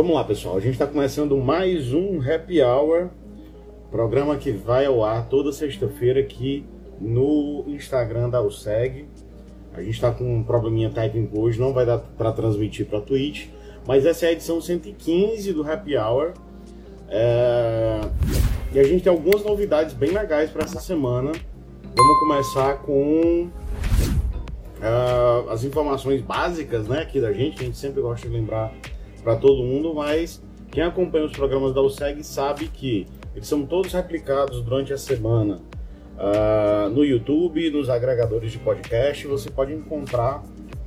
Vamos lá, pessoal. A gente está começando mais um Happy Hour, programa que vai ao ar toda sexta-feira aqui no Instagram da USEG. A gente está com um probleminha técnico hoje, não vai dar para transmitir para a Twitch, mas essa é a edição 115 do Happy Hour. E a gente tem algumas novidades bem legais para essa semana. Vamos começar com as informações básicas, né, aqui da gente, que a gente sempre gosta de lembrar para todo mundo, mas quem acompanha os programas da USEG sabe que eles são todos replicados durante a semana no YouTube, nos agregadores de podcast. Você pode encontrar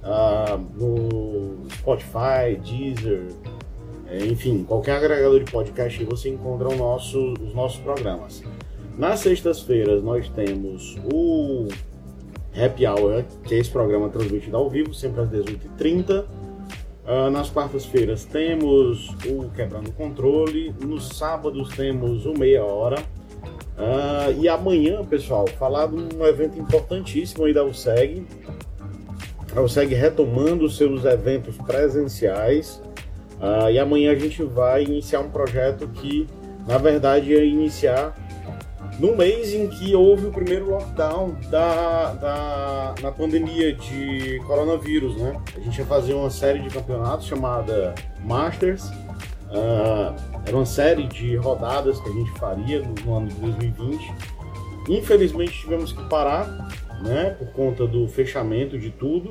no Spotify, Deezer, enfim, qualquer agregador de podcast você encontra os nossos programas. Nas sextas-feiras nós temos o Happy Hour, que é esse programa transmitido ao vivo, sempre às 18h30. Nas quartas-feiras temos o Quebrando o Controle, nos sábados temos o Meia Hora. E amanhã, pessoal, falar de um evento importantíssimo aí da USEG. A USEG retomando os seus eventos presenciais. E amanhã a gente vai iniciar um projeto que, na verdade, ia iniciar no mês em que houve o primeiro lockdown na pandemia de coronavírus, né? A gente ia fazer uma série de campeonatos chamada Masters. Era uma série de rodadas que a gente faria no ano de 2020. Infelizmente tivemos que parar, né? Por conta do fechamento de tudo.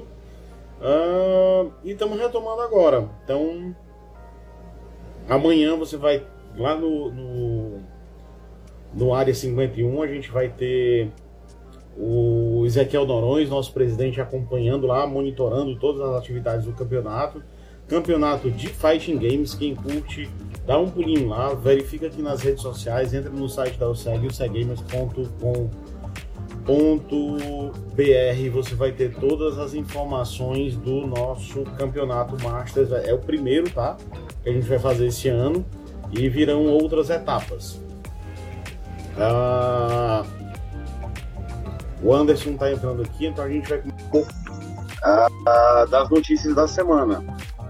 E estamos retomando agora. Então, amanhã você vai lá no Área 51, a gente vai ter o Ezequiel Norões, nosso presidente, acompanhando lá, monitorando todas as atividades do campeonato. Campeonato de Fighting Games, quem curte, dá um pulinho lá, verifica aqui nas redes sociais, entra no site da USEG, useggamers.com.br, você vai ter todas as informações do nosso campeonato Masters. É o primeiro, tá? Que a gente vai fazer esse ano, e virão outras etapas. O Anderson está entrando aqui, então a gente vai das notícias da semana.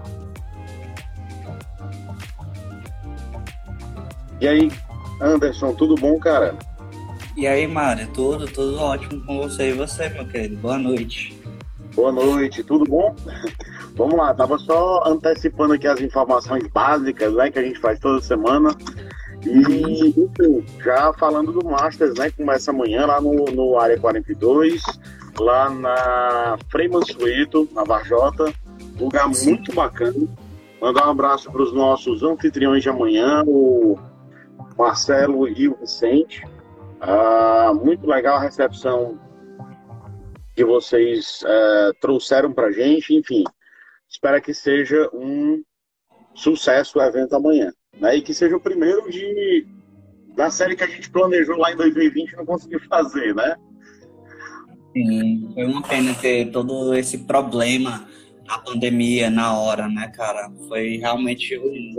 E aí, Anderson, tudo bom, cara? E aí, Mário, tudo ótimo com você e você, meu querido. Boa noite. Boa noite, tudo bom? Vamos lá, tava só antecipando aqui as informações básicas, né, que a gente faz toda semana. E, enfim, já falando do Masters, né, começa amanhã lá no Área 42, lá na Frei Mansueto, na Varjota, lugar muito bacana. Mandar um abraço para os nossos anfitriões de amanhã, o Marcelo e o Vicente. Muito legal a recepção que vocês trouxeram para a gente. Enfim, espero que seja um sucesso o evento amanhã, né? E que seja o primeiro da série que a gente planejou lá em 2020 e não conseguiu fazer, né? Sim, foi uma pena ter todo esse problema, a pandemia na hora, né, cara? Foi realmente ruim.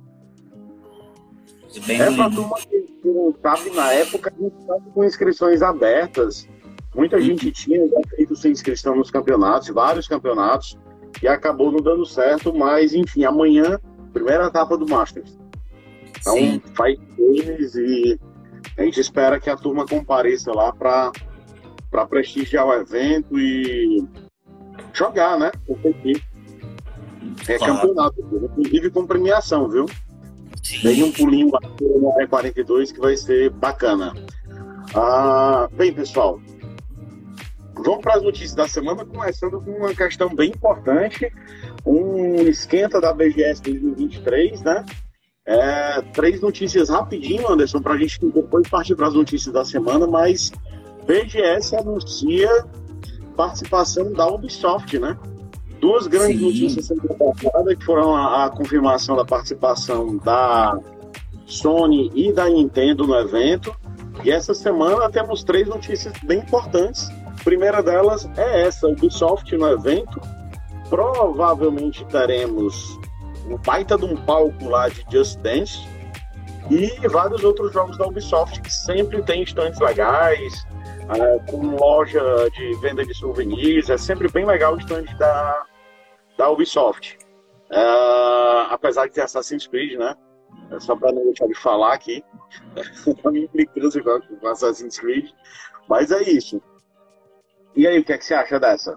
Pra turma que não sabe, na época a gente estava com inscrições abertas. Muita gente tinha feito sua inscrição nos campeonatos, vários campeonatos, e acabou não dando certo, mas enfim, amanhã, primeira etapa do Masters. Então, sim, faz eles e a gente espera que a turma compareça lá para prestigiar o evento e jogar, né? Competir. Campeonato, inclusive com premiação, viu? Tem um pulinho lá no E42 que vai ser bacana. Bem, pessoal, vamos para as notícias da semana, começando com uma questão bem importante, um esquenta da BGS 2023, né? 3 notícias rapidinho, Anderson, para a gente depois partir para as notícias da semana, mas BGS anuncia participação da Ubisoft, né? 2 grandes notícias sendo compartilhadas, que foram a confirmação da participação da Sony e da Nintendo no evento, e essa semana temos 3 notícias bem importantes. A primeira delas é essa, Ubisoft no evento. Provavelmente teremos um baita de um palco lá de Just Dance e vários outros jogos da Ubisoft que sempre tem estandes legais, com loja de venda de souvenirs. É sempre bem legal o stand da Ubisoft. Apesar de ter Assassin's Creed, né? Só para não deixar de falar aqui, a minha implicância com Assassin's Creed. Mas é isso. E aí, o que é que você acha dessa?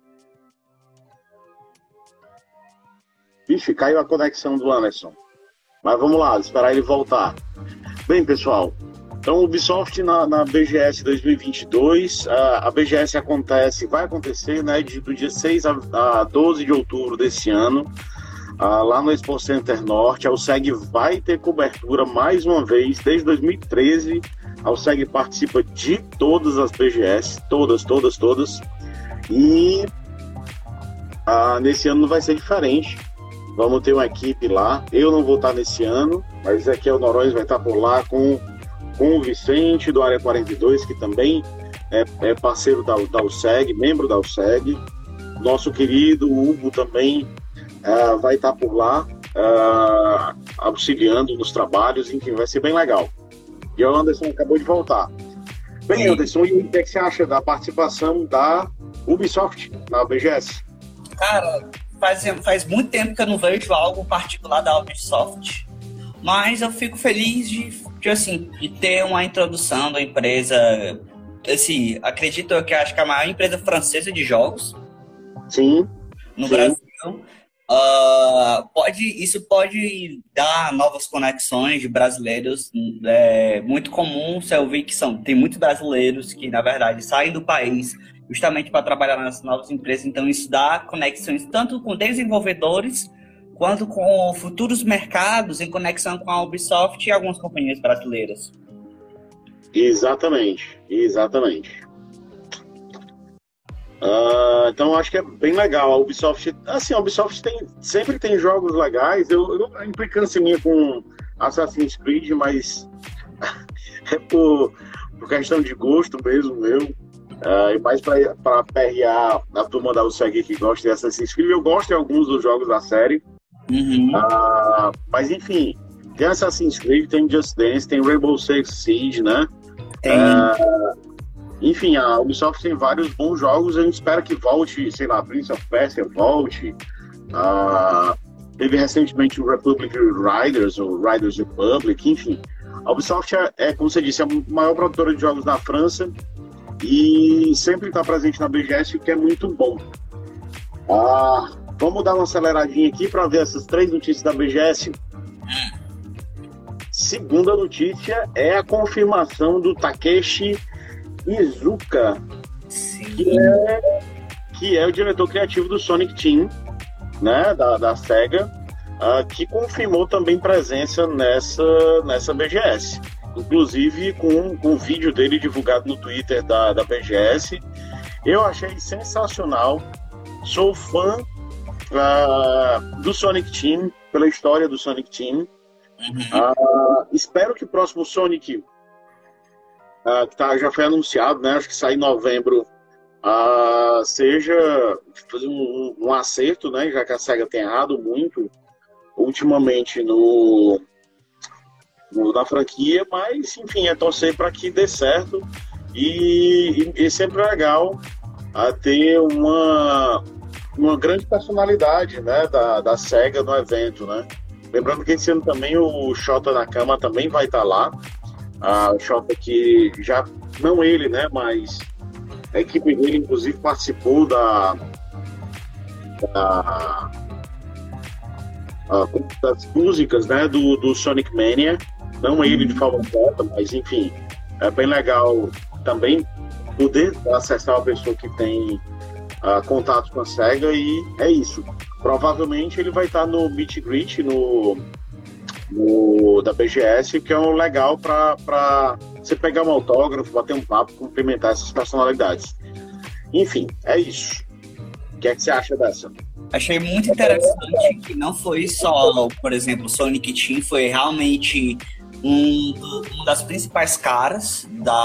Vixe, caiu a conexão do Anderson. Mas vamos lá, esperar ele voltar. Bem, pessoal, então Ubisoft na BGS 2022, a BGS vai acontecer, né, do dia 6 a 12 de outubro desse ano, lá no Expo Center Norte. A USEG vai ter cobertura mais uma vez, desde 2013, a USEG participa de todas as BGS, todas, e nesse ano não vai ser diferente. Vamos ter uma equipe lá. Eu não vou estar nesse ano, mas Ezequiel Noronha vai estar por lá com o Vicente, do Área 42, que também é parceiro da USEG, membro da USEG. Nosso querido Hugo também vai estar por lá, auxiliando nos trabalhos. Enfim, vai ser bem legal. E o Anderson acabou de voltar. Bem, Anderson, e o que você acha da participação da Ubisoft na BGS? Cara, faz muito tempo que eu não vejo algo particular da Ubisoft, mas eu fico feliz de ter uma introdução da empresa. Assim, acredito que acho que é a maior empresa francesa de jogos. Sim. No Brasil. Isso pode dar novas conexões de brasileiros. É muito comum você ouvir que tem muitos brasileiros que, na verdade, saem do país justamente para trabalhar nas novas empresas. Então, isso dá conexões tanto com desenvolvedores quanto com futuros mercados em conexão com a Ubisoft e algumas companhias brasileiras. Exatamente. Então, acho que é bem legal. A Ubisoft sempre tem jogos legais. A implicância minha com Assassin's Creed, mas é por questão de gosto mesmo, meu. E mais para perrear a turma da USEG que gosta de Assassin's Creed. Eu gosto de alguns dos jogos da série. Uhum. Mas, enfim, tem Assassin's Creed, tem Just Dance, tem Rainbow Six Siege, né? Tem. Enfim, a Ubisoft tem vários bons jogos. A gente espera que volte, sei lá, Prince of Persia volte. Teve recentemente o Republic Riders, ou Riders Republic, enfim. A Ubisoft como você disse, a maior produtora de jogos na França e sempre está presente na BGS, o que é muito bom. Vamos dar uma aceleradinha aqui para ver essas 3 notícias da BGS. Segunda notícia é a confirmação do Takeshi Iizuka, que é o diretor criativo do Sonic Team, né, da SEGA, que confirmou também presença nessa BGS, inclusive com o vídeo dele divulgado no Twitter da BGS. Eu achei sensacional, sou fã do Sonic Team, pela história do Sonic Team. Espero que o próximo Sonic, que já foi anunciado, né, acho que sai em novembro, seja fazer um acerto, né, já que a SEGA tem errado muito ultimamente na franquia, mas enfim, é torcer para que dê certo e sempre é legal ter uma grande personalidade, né, da SEGA no evento, né. Lembrando que esse ano também o Shota Nakama também vai estar lá. O Shota que já, não ele, né, mas a equipe dele inclusive participou das músicas, né, do Sonic Mania, não ele de forma direta, mas enfim, é bem legal também poder acessar uma pessoa que tem contato com a SEGA, e é isso. Provavelmente ele vai estar no Meet and Greet da BGS, que é um legal para você pegar um autógrafo, bater um papo, cumprimentar essas personalidades. Enfim, é isso. O que é que você acha dessa? Achei muito interessante que não foi só, por exemplo, Sonic Team, foi realmente uma das principais caras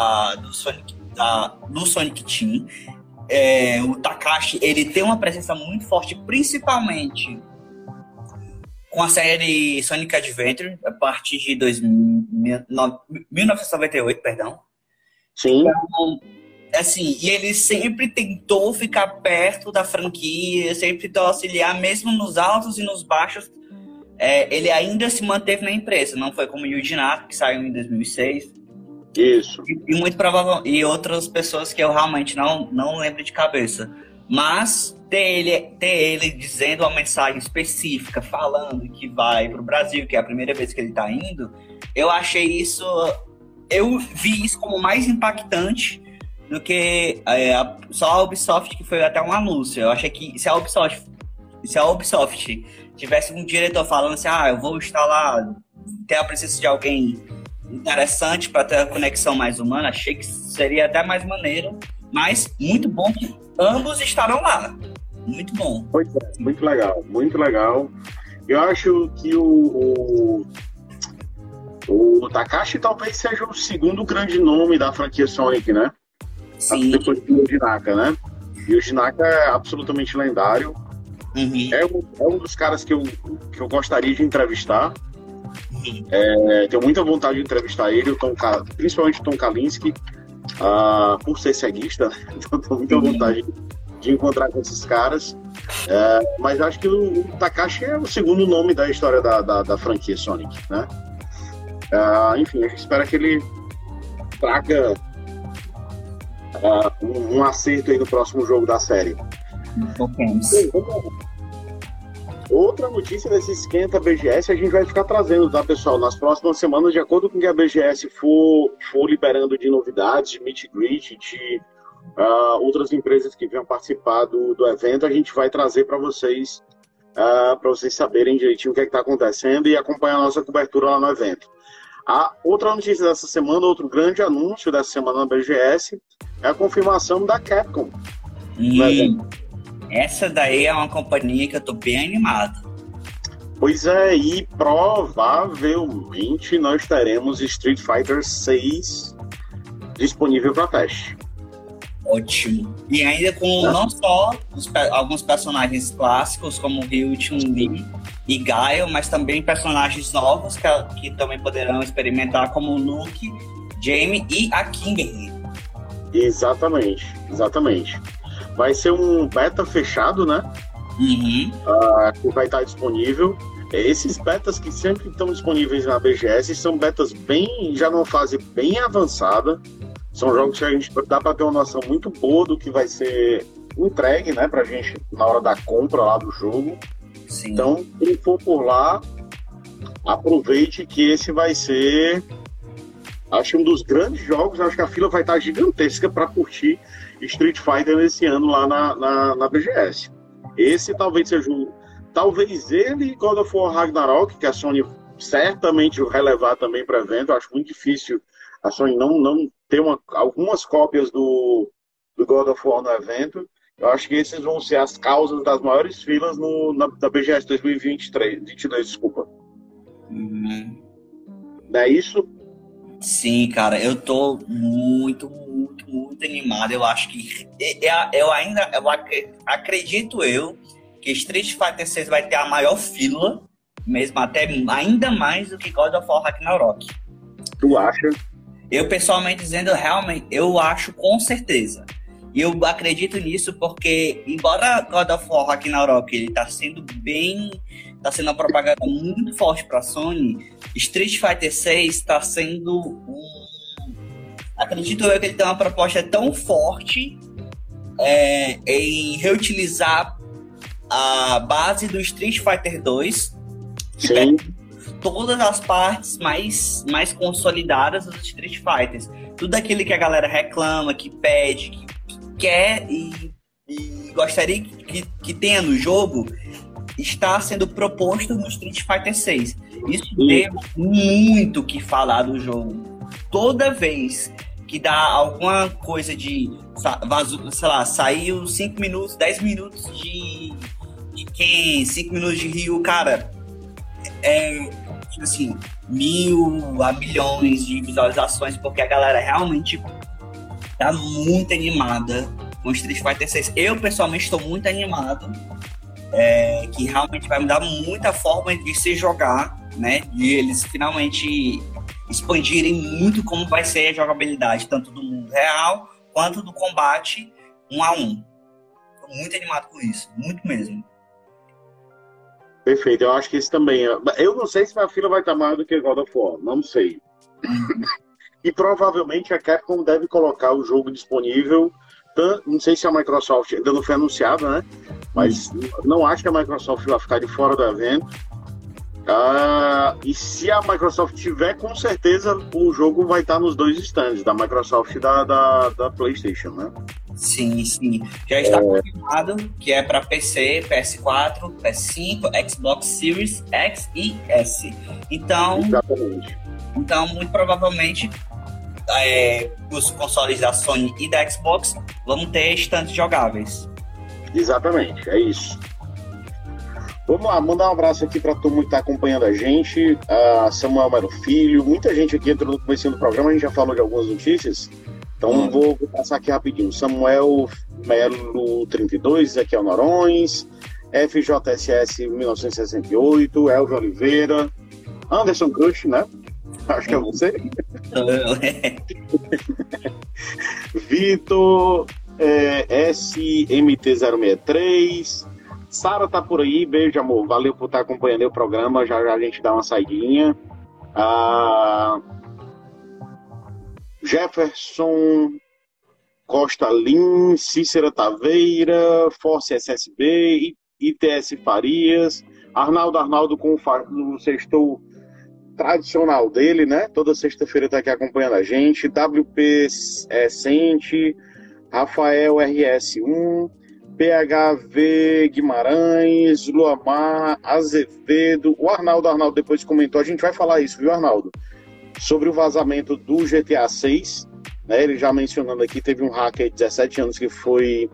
do Sonic Team. O Takashi, ele tem uma presença muito forte, principalmente com a série Sonic Adventure, a partir de 1998, perdão. Sim. Então, assim, e ele sempre tentou ficar perto da franquia, sempre tentou auxiliar, mesmo nos altos e nos baixos. Ele ainda se manteve na empresa, não foi como o Yuji Naka, que saiu em 2006. Isso. E muito provável, e outras pessoas que eu realmente não lembro de cabeça. Mas ter ele dizendo uma mensagem específica, falando que vai para o Brasil, que é a primeira vez que ele está indo, eu achei isso... Eu vi isso como mais impactante do que só a Ubisoft, que foi até um anúncio. Eu achei que se a Ubisoft tivesse um diretor falando assim, eu vou estar lá, ter a presença de alguém interessante para ter a conexão mais humana, achei que seria até mais maneiro, mas muito bom que ambos estarão lá. Muito bom. Pois é, muito legal, muito legal. Eu acho que o Takashi talvez seja o segundo grande nome da franquia Sonic, né? Sim. Depois do Yuji Naka, né? Yuji Naka é absolutamente lendário. Uhum. É um dos caras que eu gostaria de entrevistar. Tenho muita vontade de entrevistar ele, principalmente o Tom Kalinske, por ser ceguista, né? Então tenho muita vontade de encontrar com esses caras. Mas acho que o Takashi é o segundo nome da história da franquia Sonic, né? Enfim, a gente espera que ele traga um acerto aí no próximo jogo da série. Outra notícia desse esquenta BGS a gente vai ficar trazendo, tá, pessoal? Nas próximas semanas, de acordo com o que a BGS for liberando de novidades, de meet and greet, de outras empresas que venham participar do evento, a gente vai trazer para vocês saberem direitinho o que é que está acontecendo e acompanhar a nossa cobertura lá no evento. A outra notícia dessa semana, outro grande anúncio dessa semana na BGS, é a confirmação da Capcom. Essa daí é uma companhia que eu tô bem animado. Pois é, e provavelmente nós teremos Street Fighter 6 disponível para teste. Ótimo. E ainda com não só alguns personagens clássicos, como Ryu, Chun-Li e Gaio, mas também personagens novos que também poderão experimentar, como Luke, Jamie e a Kimberly. Exatamente. Vai ser um beta fechado, né? Uhum. Que vai estar disponível. Esses betas que sempre estão disponíveis na BGS são betas já numa fase bem avançada. São jogos que a gente dá para ter uma noção muito boa do que vai ser entregue, né, pra gente na hora da compra lá do jogo. Sim. Então, quem for por lá, aproveite que esse vai ser, acho, um dos grandes jogos. Acho que a fila vai estar gigantesca para curtir Street Fighter nesse ano lá na BGS. Esse talvez seja talvez ele e God of War Ragnarok, que a Sony certamente vai levar também para o evento. Eu acho muito difícil a Sony não ter algumas cópias do God of War no evento. Eu acho que esses vão ser as causas das maiores filas da BGS 2022, desculpa. Não é isso? Sim, cara, eu tô muito animado. Eu acho que acredito que Street Fighter 6 vai ter a maior fila, mesmo até ainda mais do que God of War Ragnarok. Tu acha? Eu, pessoalmente dizendo, realmente, eu acho com certeza. E eu acredito nisso porque, embora God of War Ragnarok ele tá sendo uma propaganda muito forte pra Sony, Street Fighter 6 está sendo acredito eu que ele tem uma proposta tão forte em reutilizar a base do Street Fighter 2, que Sim. todas as partes mais consolidadas dos Street Fighters. Tudo aquilo que a galera reclama, que pede, que quer e gostaria que tenha no jogo, está sendo proposto no Street Fighter 6. Isso deu muito o que falar do jogo. Toda vez que dá alguma coisa de sei lá, saiu 5 minutos, 10 minutos de Ken, 5 minutos de Ryu, cara, tipo assim, 1.000 a milhões de visualizações, porque a galera realmente tá muito animada com Street Fighter 6. Eu, pessoalmente, estou muito animado, que realmente vai mudar muito a forma de se jogar, né? De eles finalmente expandirem muito como vai ser a jogabilidade, tanto do mundo real quanto do combate 1-1. Tô muito animado com isso, muito mesmo. Perfeito, eu acho que esse também. Eu não sei se a fila vai estar maior do que God of War, não sei. E provavelmente a Capcom deve colocar o jogo disponível. Não sei se a Microsoft ainda não foi anunciada, né? Mas não acho que a Microsoft vai ficar de fora do evento. E se a Microsoft tiver, com certeza o jogo vai estar nos dois stands, da Microsoft e da PlayStation, né? Sim, sim. Já está confirmado que é para PC, PS4, PS5, Xbox Series X e S. Exatamente. Então muito provavelmente, os consoles da Sony e da Xbox vão ter estantes jogáveis. Exatamente, é isso. Vamos lá, mandar um abraço aqui para todo mundo que está acompanhando a gente. Samuel Mero Filho, muita gente aqui entrou no começo do programa, a gente já falou de algumas notícias. Então vou passar aqui rapidinho. Samuel Melo 32, Ezequiel Norões, FJSS 1968, Elvio Oliveira, Anderson Crush, né? Acho que é você. Vitor, SMT063. Sara tá por aí, beijo, amor. Valeu por estar acompanhando o programa. Já a gente dá uma saidinha. Jefferson Costa Lins, Cícera Taveira, Force SSB, ITS Farias, Arnaldo com o sextou tradicional dele, né? Toda sexta-feira tá aqui acompanhando a gente. WP Sente, Rafael RS1, PHV Guimarães, Luamar, Azevedo. O Arnaldo depois comentou, a gente vai falar isso, viu, Arnaldo? Sobre o vazamento do GTA 6, né? Ele já mencionando aqui, teve um hacker de 17 anos que foi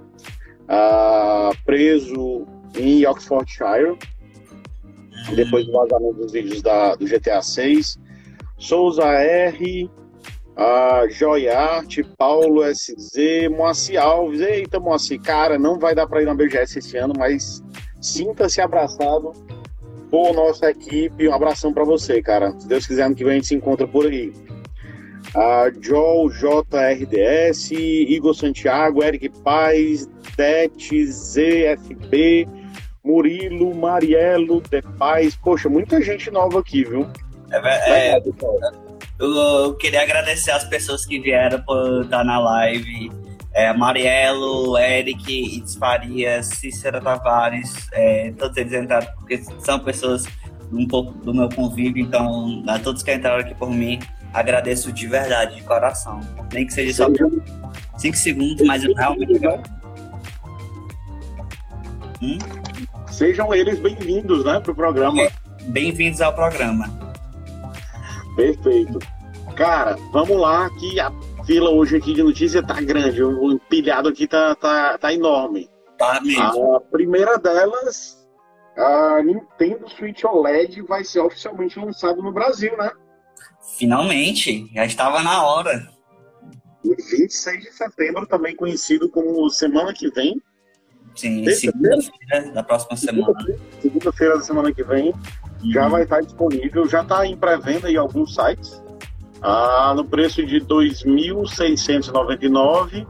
preso em Oxfordshire, depois do vazamento dos vídeos do GTA 6. Souza R, Joyarte, Paulo SZ, Moacir Alves. Eita, Moacir, cara, não vai dar para ir na BGS esse ano, mas sinta-se abraçado por nossa equipe. Um abração para você, cara. Se Deus quiser, ano que vem a gente se encontra por aí. Joel JRDS, Igor Santiago, Eric Paz, Det ZFB, Murilo, Marielo, De Paz. Poxa, muita gente nova aqui, viu? Eu queria agradecer as pessoas que vieram por estar na live. Marielo, Eric, Itz Farias, Cícera Tavares, todos eles entraram porque são pessoas um pouco do meu convívio, então a todos que entraram aqui por mim, agradeço de verdade, de coração. Nem que seja só 5 segundos, mas eu realmente agradeço. Sejam eles bem-vindos, né, pro programa. Bem-vindos ao programa. Perfeito. Cara, vamos lá, que a fila hoje aqui de notícia tá grande, o empilhado aqui tá enorme. Tá mesmo. A primeira delas, a Nintendo Switch OLED vai ser oficialmente lançado no Brasil, né? Finalmente, já estava na hora. Em 26 de setembro, também conhecido como semana que vem. Sim, segunda-feira da próxima semana. Segunda-feira da semana que vem, já vai estar disponível, já está em pré-venda em alguns sites. No preço de R$ 2.699.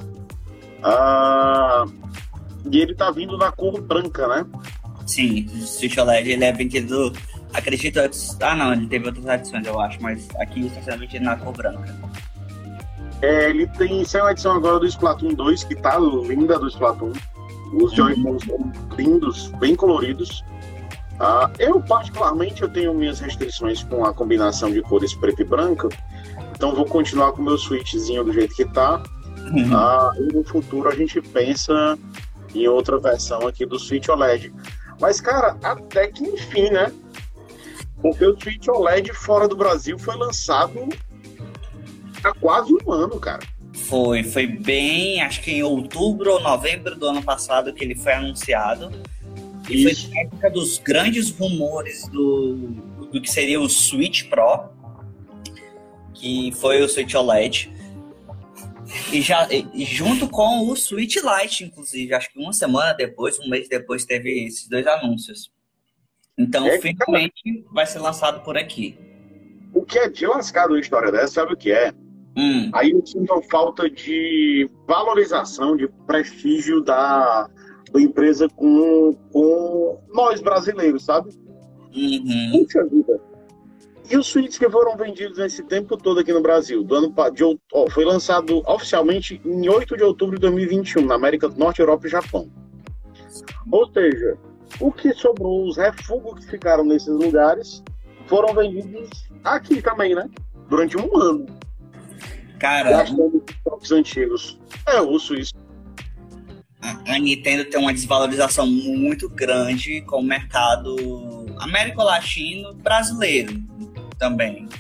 E ele está vindo na cor branca, né? Sim, o Switch OLED ele é vendido, acredito, não, ele teve outras edições, eu acho, mas aqui está sendo vendido na cor branca. Ele tem uma edição agora do Splatoon 2, que tá linda do Splatoon. Os Joy-Cons são lindos, bem coloridos. Eu, particularmente, eu tenho minhas restrições com a combinação de cores preto e branco, então vou continuar com o meu Switchzinho do jeito que tá. E no futuro a gente pensa em outra versão aqui do Switch OLED. Mas, cara, até que enfim, né? Porque o Switch OLED fora do Brasil foi lançado há quase um ano, cara. Foi bem, acho que em outubro ou novembro do ano passado que ele foi anunciado. E foi na época dos grandes rumores do que seria o Switch Pro, que foi o Switch OLED. E junto com o Switch Lite, inclusive, acho que uma semana depois, um mês depois, teve esses dois anúncios. Então, finalmente, vai ser lançado por aqui. O que é de lascado uma história dessa, sabe o que é? Aí eu sinto uma falta de valorização, de prestígio da empresa com nós brasileiros, sabe? Uhum. Puxa vida. E os suítes que foram vendidos nesse tempo todo aqui no Brasil? Foi lançado oficialmente em 8 de outubro de 2021, na América do Norte, Europa e Japão. Ou seja, o que sobrou, os refugos que ficaram nesses lugares, foram vendidos aqui também, né? Durante um ano. Cara, Gastando os antigos. É osso isso. a Nintendo tem uma desvalorização muito grande com o mercado américo-latino brasileiro também.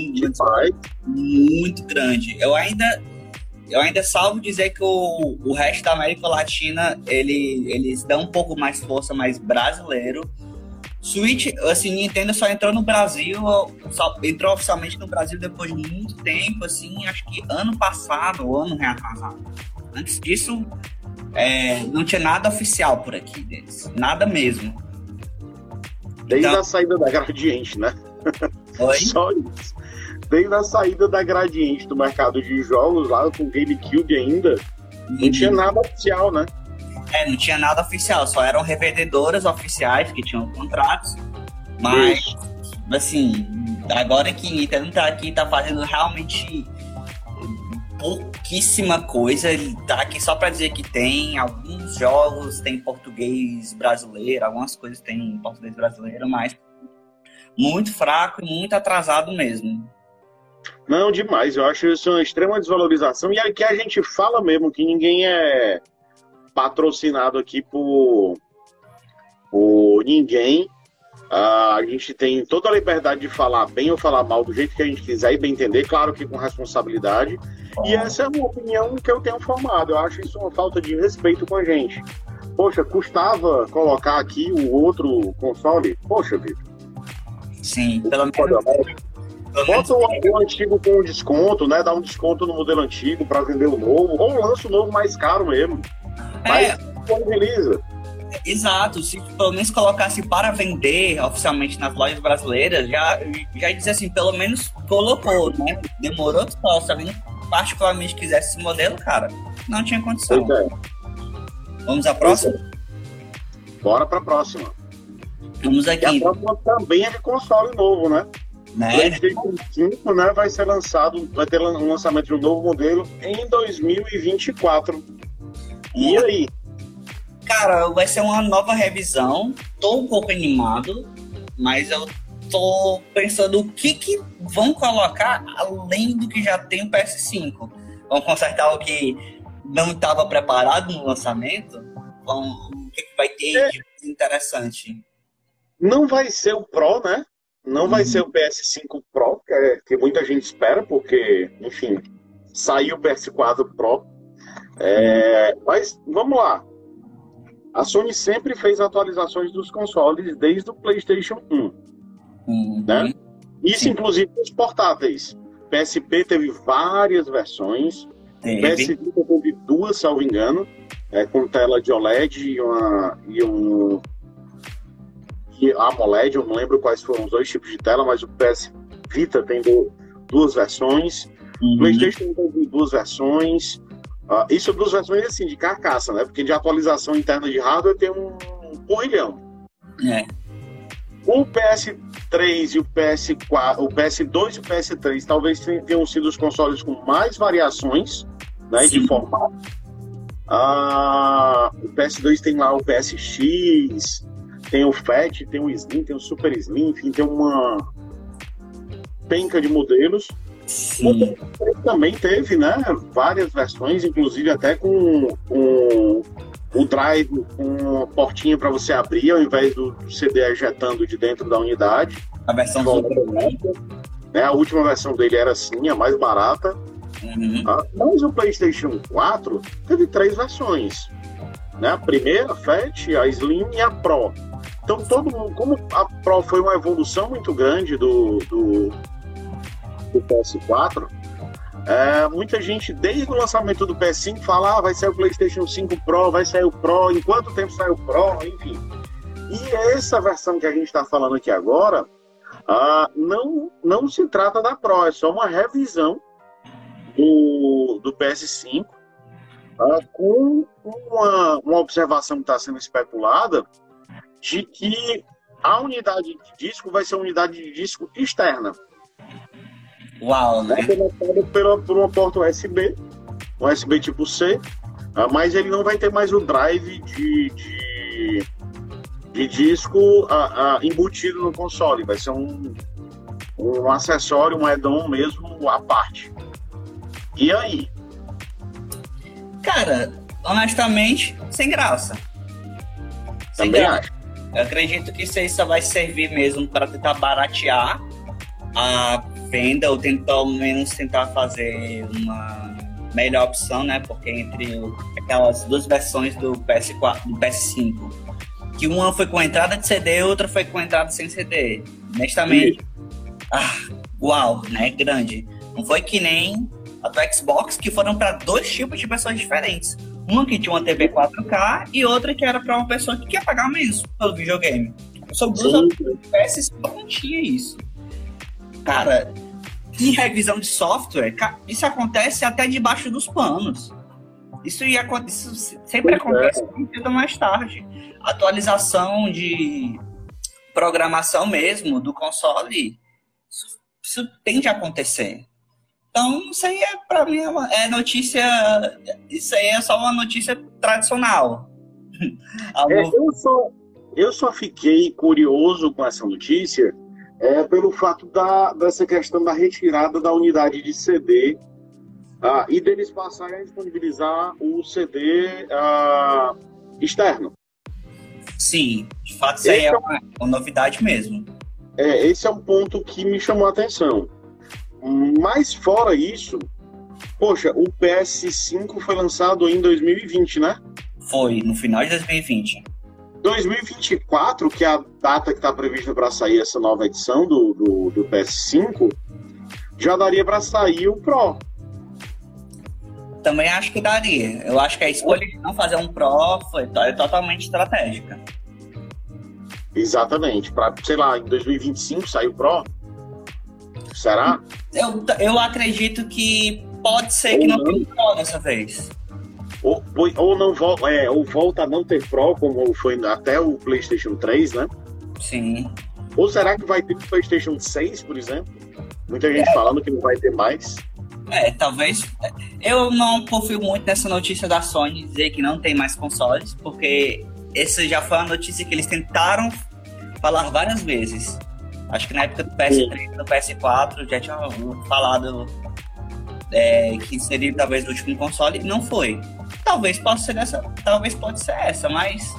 Muito grande. Eu ainda salvo dizer que o resto da América Latina, eles dão um pouco mais força, mais brasileiro. Switch, assim, Nintendo só entrou no Brasil, só entrou oficialmente no Brasil depois de muito tempo, assim, acho que ano passado, ou ano reatrasado. Antes disso, não tinha nada oficial por aqui deles, nada mesmo. Desde Então, a saída da Gradiente, né? oi? Só isso. Desde a saída da Gradiente do mercado de jogos, lá com o GameCube ainda, não tinha nada oficial, né? Não tinha nada oficial, só eram revendedoras oficiais que tinham contratos, mas, assim, agora que Nintendo tá aqui, tá fazendo realmente pouquíssima coisa, ele tá aqui só pra dizer que tem alguns jogos, tem português brasileiro, algumas coisas tem português brasileiro, mas muito fraco e muito atrasado mesmo. Não, demais. Eu acho isso uma extrema desvalorização. E aqui a gente fala mesmo que ninguém é patrocinado aqui por ninguém. A gente tem toda a liberdade de falar bem ou falar mal do jeito que a gente quiser e bem entender, claro que com responsabilidade. E essa é uma opinião que eu tenho formado. Eu acho isso uma falta de respeito com a gente. Poxa, custava colocar aqui o outro console? Poxa, Vitor. Sim, pelo menos. Bota o antigo com desconto, né? Dá um desconto no modelo antigo para vender o novo, ou lança o novo mais caro mesmo. Mas disponibiliza. Exato, se pelo menos colocasse para vender oficialmente nas lojas brasileiras, já dizer assim, pelo menos colocou, né? Demorou só, se alguém particularmente quisesse esse modelo, cara, não tinha condição. Vamos à próxima? Bora pra próxima. Vamos aqui. E a próxima também é de console novo, né? PlayStation 5, né, vai ter um lançamento de um novo modelo em 2024. E aí? Cara, vai ser uma nova revisão. Tô um pouco animado, mas eu tô pensando o que vão colocar além do que já tem o PS5. Vão consertar o que não estava preparado no lançamento? O que vai ter de interessante? Não vai ser o Pro, né? Não vai ser o PS5 Pro, que muita gente espera, porque, enfim, saiu o PS4 Pro. Mas, vamos lá. A Sony sempre fez atualizações dos consoles desde o PlayStation 1. Né? Isso, inclusive, os portáteis. PSP teve várias versões. PS Vita teve 2, salvo engano, com tela de OLED e AMOLED, eu não lembro quais foram os dois tipos de tela, mas o PS Vita tem 2 versões, o PlayStation tem 2 versões, isso 2 versões assim, de carcaça, né? Porque de atualização interna de hardware tem um porrilhão. O PS3 e o PS4, o PS2 e o PS3 talvez tenham sido os consoles com mais variações, né, de formato. O PS2 tem lá o PSX, tem o Fat, tem o Slim, tem o Super Slim, enfim, tem uma penca de modelos. Sim. O também teve, né, várias versões, inclusive até com o drive, com uma portinha para você abrir, ao invés do CD ejetando de dentro da unidade. A versão a última versão dele era assim, a mais barata. Mas o PlayStation 4 teve 3 versões, né? A primeira, a Fat, a Slim e a Pro. Então todo mundo, como a Pro foi uma evolução muito grande do PS4, muita gente desde o lançamento do PS5 fala, vai sair o PlayStation 5 Pro, vai sair o Pro, em quanto tempo sai o Pro, enfim. E essa versão que a gente está falando aqui agora, não se trata da Pro, é só uma revisão do PS5, com uma observação que está sendo especulada de que a unidade de disco vai ser uma unidade de disco externa. Uau, né? Por uma porta USB, um USB tipo C, mas ele não vai ter mais o drive de disco embutido no console. Vai ser um acessório, um add-on mesmo à parte. E aí? Cara, honestamente, sem graça. Sem Também graça. acho. Eu acredito que isso aí só vai servir mesmo para tentar baratear a venda, ou pelo menos tentar fazer uma melhor opção, né? Porque entre aquelas duas versões do PS4, do PS5, que uma foi com entrada de CD e outra foi com entrada sem CD. Honestamente, uau, né? Grande. Não foi que nem a do Xbox, que foram para dois tipos de pessoas diferentes. Uma que tinha uma TV 4K e outra que era para uma pessoa que quer pagar menos pelo videogame. São duas opções. O PS5 não tinha isso. Cara, em revisão de software, isso acontece até debaixo dos panos. Isso sempre acontece um pouco mais tarde. Atualização de programação mesmo do console, isso tende a acontecer. Então, isso aí pra mim é notícia. Isso aí é só uma notícia tradicional. Eu só fiquei curioso com essa notícia pelo fato dessa questão da retirada da unidade de CD e deles passarem a disponibilizar o CD externo. Sim, de fato isso aí é uma novidade mesmo. Esse é um ponto que me chamou a atenção. Mas fora isso, poxa, o PS5 foi lançado em 2020, né? Foi, no final de 2020. 2024, que é a data que está prevista para sair essa nova edição do PS5, já daria para sair o Pro. Também acho que daria. Eu acho que a escolha de não fazer um Pro foi totalmente estratégica. Exatamente. Para, sei lá, em 2025 sair o Pro? Será? Eu acredito que pode ser que não tenha Pro dessa vez. Ou não ou volta a não ter Pro, como foi até o PlayStation 3, né? Sim. Ou será que vai ter o PlayStation 6, por exemplo? Muita gente falando que não vai ter mais. Talvez. Eu não confio muito nessa notícia da Sony dizer que não tem mais consoles, porque essa já foi uma notícia que eles tentaram falar várias vezes. Acho que na época do PS3 e do PS4 já tinham falado que seria talvez o último console, e não foi. Talvez possa ser talvez pode ser essa, mas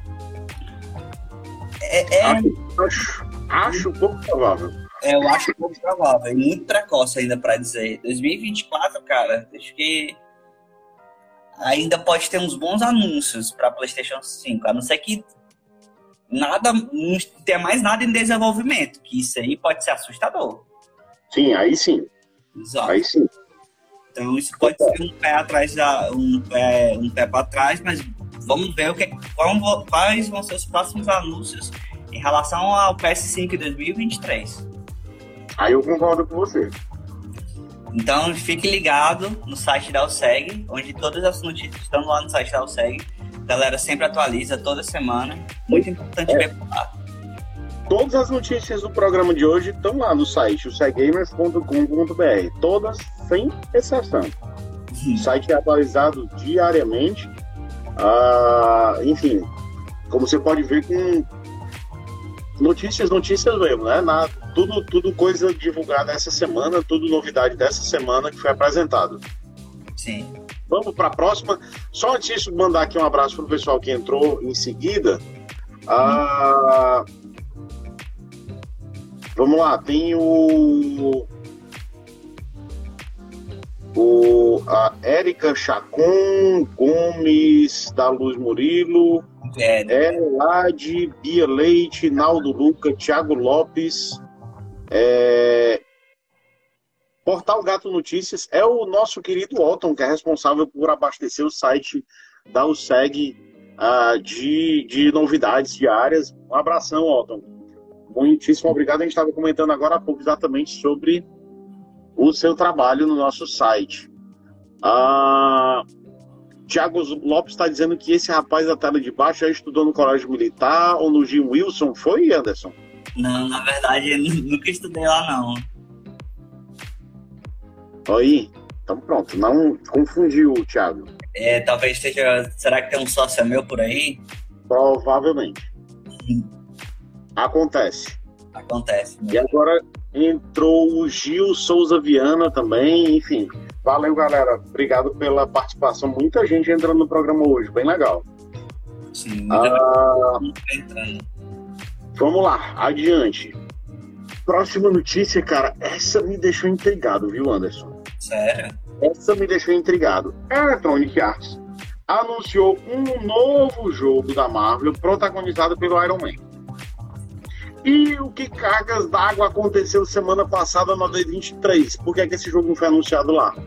acho pouco provável. Eu acho pouco provável, é muito precoce ainda para dizer. 2024, cara, acho que ainda pode ter uns bons anúncios para PlayStation 5, a não ser que não tenha mais nada em desenvolvimento, que isso aí pode ser assustador. Sim, aí sim. Exato. Aí sim. Então isso pode ser um pé atrás, um pé para trás, mas vamos ver quais vão ser os próximos anúncios em relação ao PS5 em 2023. Aí eu concordo com você. Então fique ligado no site da USEG, onde todas as notícias estão lá no site da USEG. A galera sempre atualiza toda semana. Muito importante ver por lá. Todas as notícias do programa de hoje estão lá no site, useggamers.com.br. Todas, sem exceção. O site é atualizado diariamente. Enfim, como você pode ver, com notícias mesmo, né? Tudo coisa divulgada essa semana, tudo novidade dessa semana que foi apresentado. Sim. Vamos para a próxima. Só antes de mandar aqui um abraço para o pessoal que entrou em seguida. Vamos lá, tem a Érica Chacon, Gomes da Luz Murilo, Elade, Bia Leite, Naldo Luca, Thiago Lopes, Portal Gato Notícias, é o nosso querido Otton, que é responsável por abastecer o site da USEG de novidades diárias. Um abração, Otton. Muitíssimo obrigado. A gente estava comentando agora há pouco exatamente sobre o seu trabalho no nosso site. Ah, Tiago Lopes está dizendo que esse rapaz da tela de baixo já estudou no Colégio Militar ou no Jim Wilson. Foi, Anderson? Não, na verdade, eu nunca estudei lá, não. Aí, então pronto, não confundiu, Thiago. Talvez seja... Será que tem um sócio meu por aí? Provavelmente. Acontece. Acontece. E agora entrou o Gil Souza Viana também, enfim. Valeu, galera. Obrigado pela participação. Muita gente entrando no programa hoje, bem legal. Sim, entrando. Vamos lá, adiante. Próxima notícia, cara, essa me deixou intrigado, viu, Anderson? Sério? Essa me deixou intrigado. A Electronic Arts anunciou um novo jogo da Marvel protagonizado pelo Iron Man. E o que cargas d'água aconteceu semana passada no D23? Por que é que esse jogo não foi anunciado lá?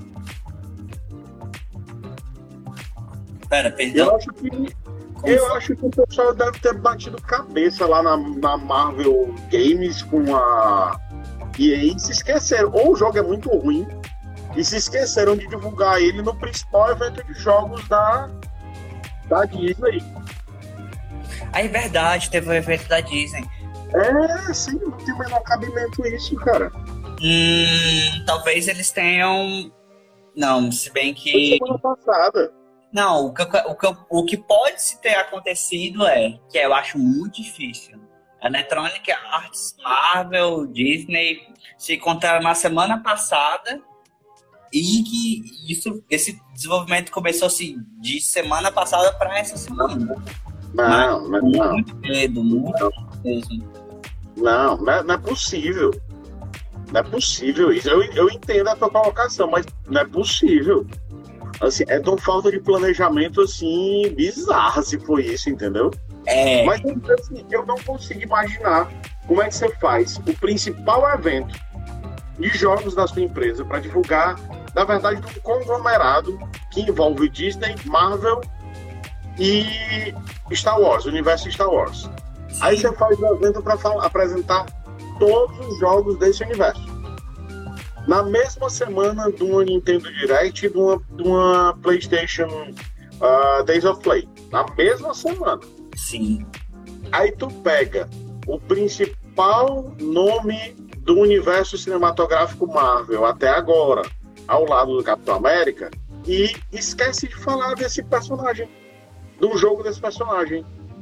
Pera, perdão. Eu acho que o pessoal deve ter batido cabeça lá na Marvel Games com a EA e se esqueceram. Ou o jogo é muito ruim e se esqueceram de divulgar ele no principal evento de jogos da Disney. É verdade, teve o evento da Disney. Sim, não tem o menor cabimento isso, cara. Talvez eles tenham... Não, se bem que... Foi semana passada. Não, o que pode se ter acontecido que eu acho muito difícil. A Electronic Arts, Marvel, Disney se encontraram na semana passada e que esse desenvolvimento começou assim, de semana passada para essa semana. Não. Muito medo, muito mesmo. Não é possível. Não é possível isso. Eu entendo a tua colocação, mas não é possível. Assim, é tão falta de planejamento assim, bizarra se foi isso, entendeu? Mas assim, eu não consigo imaginar como é que você faz o principal evento de jogos da sua empresa para divulgar, na verdade, um conglomerado que envolve Disney, Marvel e Star Wars, o universo Star Wars. Aí você faz o evento para apresentar todos os jogos desse universo. Na mesma semana de uma Nintendo Direct e de uma PlayStation Days of Play. Na mesma semana. Sim. Aí tu pega o principal nome do universo cinematográfico Marvel até agora, ao lado do Capitão América, e esquece de falar desse personagem, do jogo desse personagem.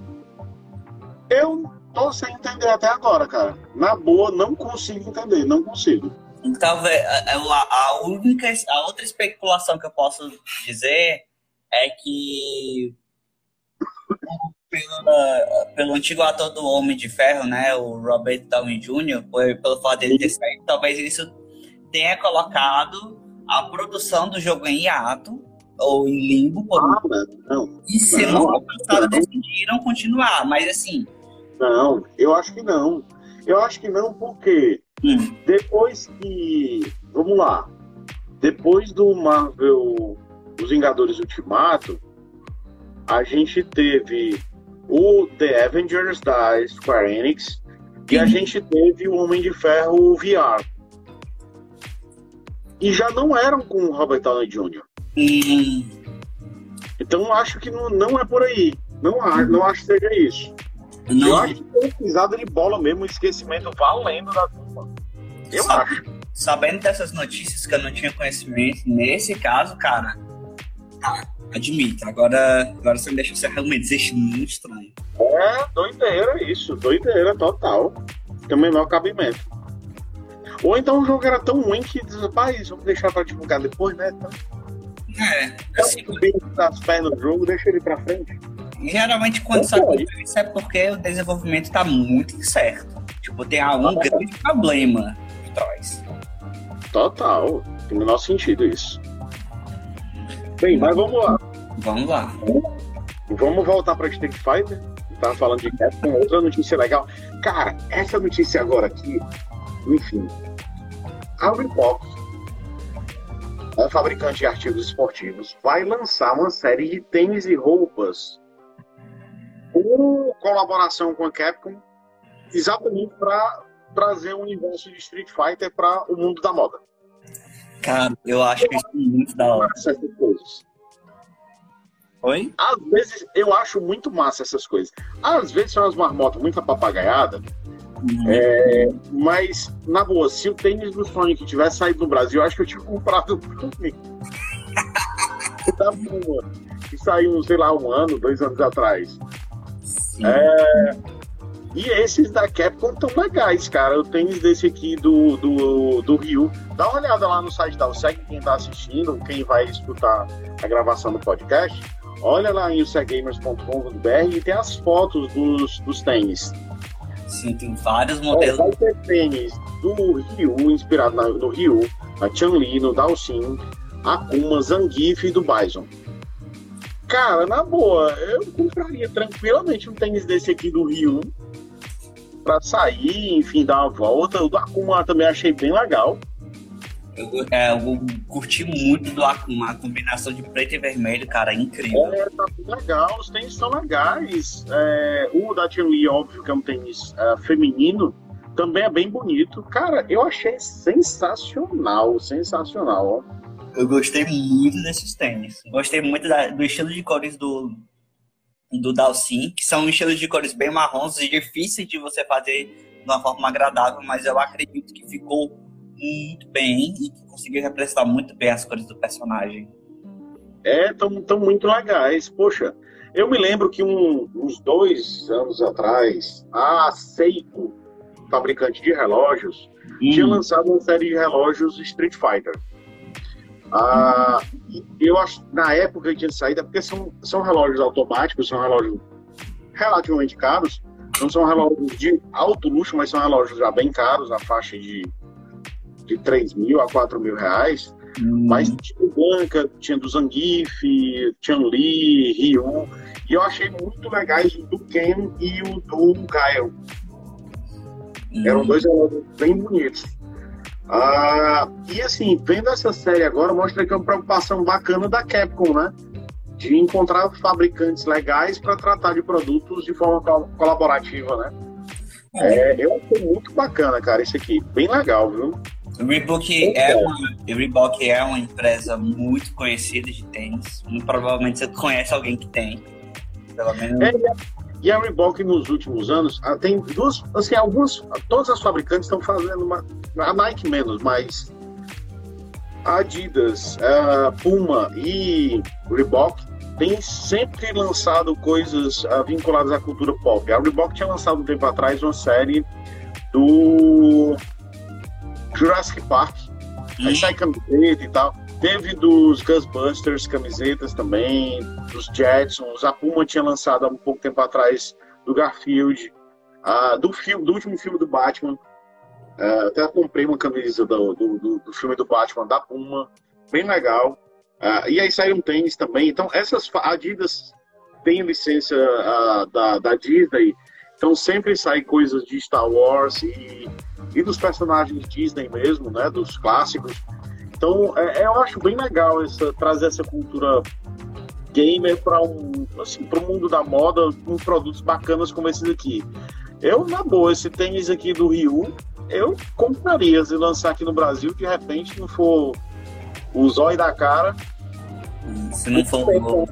Eu tô sem entender até agora, cara. Na boa, não consigo entender, não consigo. Talvez a outra especulação que eu posso dizer é que pelo antigo ator do Homem de Ferro, né, o Robert Downey Jr., pelo fato dele ter saído, talvez isso tenha colocado a produção do jogo em hiato ou em limbo e semana passada decidiram continuar, mas assim... Não, eu acho que não. Eu acho que não porque depois que... Vamos lá. Depois do Marvel, os Vingadores Ultimato, a gente teve o The Avengers da Square Enix e a gente teve o Homem de Ferro VR. E já não eram com o Robert Downey Jr. Então acho que não é por aí. Não acho que seja isso. Não. Eu acho que foi pisada de bola mesmo, um esquecimento valendo da turma. Eu acho. Sabendo dessas notícias que eu não tinha conhecimento, nesse caso, cara, admito. Agora você me deixa realmente dizer muito estranho. Doideira isso. Doideira total. Tem o menor cabimento. Ou então o jogo era tão ruim que diz, rapaz, vamos deixar pra divulgar depois, né? Então, assim, bem das pernas do jogo, deixa ele pra frente. Geralmente quando isso acontece é porque o desenvolvimento tá muito incerto. Tipo, tem algum grande problema por trás. Total. Tem o menor sentido isso. Bem, mas vamos lá. Vamos lá. Vamos voltar pra Street Fighter. Tava falando de Capcom, outra notícia legal. Cara, essa notícia agora aqui, enfim. A Reebok, fabricante de artigos esportivos, vai lançar uma série de tênis e roupas com colaboração com a Capcom, exatamente para trazer o universo de Street Fighter para o mundo da moda. Cara, eu acho isso muito da hora. Massa essas coisas. Oi? Às vezes eu acho muito massa essas coisas. Às vezes são umas marmotas muito apapagaiadas, mas, na boa, se o tênis do Sonic tivesse saído no Brasil, eu acho que eu tinha comprado pra mim. Tá bom, que saiu, sei lá, 1 ano, 2 anos atrás. E esses da Capcom tão legais, cara. O tênis desse aqui do Ryu. Dá uma olhada lá no site da USEG, quem tá assistindo, quem vai escutar a gravação do podcast. Olha lá em usegamers.com.br e tem as fotos dos tênis. Sim, tem vários modelos. Vai ter tênis do Ryu, inspirado no Ryu, na Chun-Li, no Dalsin, Akuma, Zangief e do Bison. Cara, na boa, eu compraria tranquilamente um tênis desse aqui do Ryu pra sair, enfim, dar uma volta. O do Akuma também achei bem legal. Eu curti muito do Akuma, a combinação de preto e vermelho, cara, é incrível. Tá bem legal, os tênis são legais. O da Chun-Li, óbvio, que é um tênis feminino, também é bem bonito. Cara, eu achei sensacional, ó. Eu gostei muito desses tênis. Gostei muito do estilo de cores do Dalsin, que são estilos de cores bem marrons e difíceis de você fazer de uma forma agradável, mas eu acredito que ficou muito bem e que conseguiu representar muito bem as cores do personagem. Tão muito legais. Poxa, eu me lembro que uns 2 anos atrás, a Seiko, fabricante de relógios, tinha lançado uma série de relógios Street Fighter. Eu acho na época que tinha saído, porque são relógios automáticos, são relógios relativamente caros, não são relógios de alto luxo, mas são relógios já bem caros, na faixa de 3 mil a 4 mil reais. Mas tinha Blanca, tinha do Zangief, Chun-Li, Ryu, e eu achei muito legais o do Ken e o do Gael. Eram 2 relógios bem bonitos. E assim, vendo essa série agora, mostra que é uma preocupação bacana da Capcom, né? De encontrar fabricantes legais para tratar de produtos de forma colaborativa, né? Eu achei muito bacana, cara, isso aqui. Bem legal, viu? O Reebok é uma empresa muito conhecida de tênis. Provavelmente você conhece alguém que tem. Pelo menos... E a Reebok nos últimos anos tem duas, assim, todas as fabricantes estão fazendo a Nike menos, mas a Adidas, a Puma e Reebok têm sempre lançado coisas vinculadas à cultura pop. A Reebok tinha lançado um tempo atrás uma série do Jurassic Park, aí sai camiseta e tal. Teve dos Ghostbusters, camisetas também, dos Jetsons. A Puma tinha lançado há um pouco tempo atrás do Garfield, do último filme do Batman. Até comprei uma camisa do filme do Batman da Puma, bem legal. E aí saiu um tênis também. Então, a Adidas tem licença da Disney, então sempre sai coisas de Star Wars e dos personagens Disney mesmo, né, dos clássicos. Então, eu acho bem legal trazer essa cultura gamer para o mundo da moda com produtos bacanas como esses aqui. Eu, na boa, esse tênis aqui do Ryu, eu compraria se lançar aqui no Brasil, de repente não for o zóio da cara. Se não for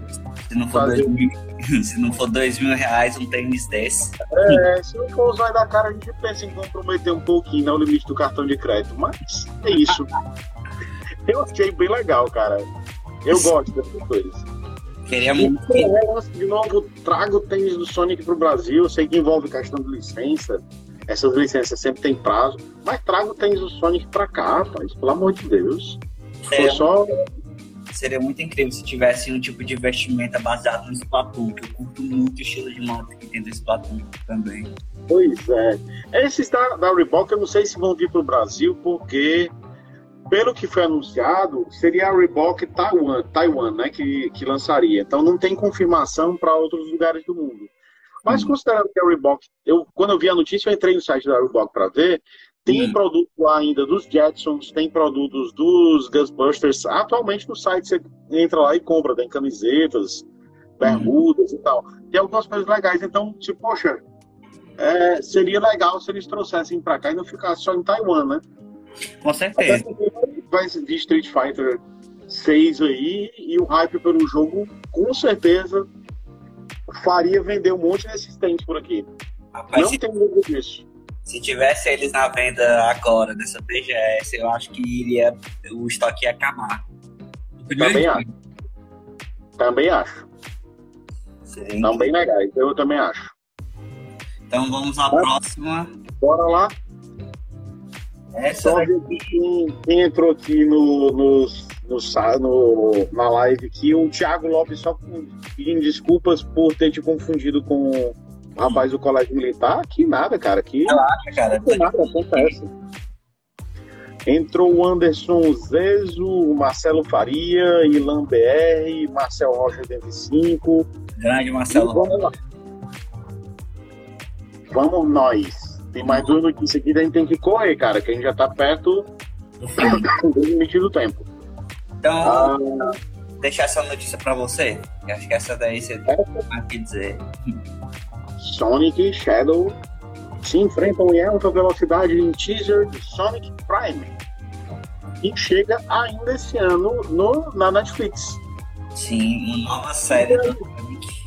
R$2.000 um tênis desse. Se não for o zóio da cara, a gente pensa em comprometer um pouquinho, né, o limite do cartão de crédito. Mas é isso. Eu achei bem legal, cara. Eu gosto dessas coisas. Queria muito. De novo, trago o tênis do Sonic pro Brasil. Eu sei que envolve questão de licença. Essas licenças sempre tem prazo. Mas trago o tênis do Sonic pra cá, rapaz. Pelo amor de Deus. Seria muito incrível se tivesse um tipo de vestimenta baseado no Splatoon, que eu curto muito o estilo de moda que tem do Splatoon também. Pois é. Esses da Reebok, eu não sei se vão vir pro Brasil, porque... Pelo que foi anunciado, seria a Reebok Taiwan, né, que lançaria. Então não tem confirmação para outros lugares do mundo. Mas considerando que a Reebok... Quando eu vi a notícia, eu entrei no site da Reebok para ver. Tem produto lá ainda dos Jetsons, tem produtos dos Ghostbusters. Atualmente no site você entra lá e compra. Tem camisetas, bermudas e tal. Tem algumas coisas legais. Então, poxa, seria legal se eles trouxessem para cá e não ficasse só em Taiwan, né? Com certeza. vai de Street Fighter 6 aí, e o hype pelo jogo, com certeza, faria vender um monte de assistente por aqui. Rapaz, não tem dúvida disso. Se tivesse eles na venda agora, dessa BGS, eu acho que o estoque ia acabar. Também acho. Sim. São bem legais, eu também acho. Então vamos à próxima. Bora lá. Essa daqui. Quem entrou aqui na live aqui, o Thiago Lopes, só pedindo desculpas por ter te confundido com o rapaz do colégio militar. Que nada, cara. Relaxa, cara. Que nada acontece. Entrou o Anderson Zezo, o Marcelo Faria, Ilan BR, Marcel Rocha 85. Grande Marcelo. Vamos lá. Vamos nós. Tem mais 2 notícias aqui, a gente tem que correr, cara, que a gente já tá perto do limite do tempo. Então, deixar essa notícia pra você. Eu acho que essa daí você tem mais o que dizer. Sonic e Shadow se enfrentam em alta velocidade em teaser de Sonic Prime, que chega ainda esse ano na Netflix. Sim, uma nova série do Sonic.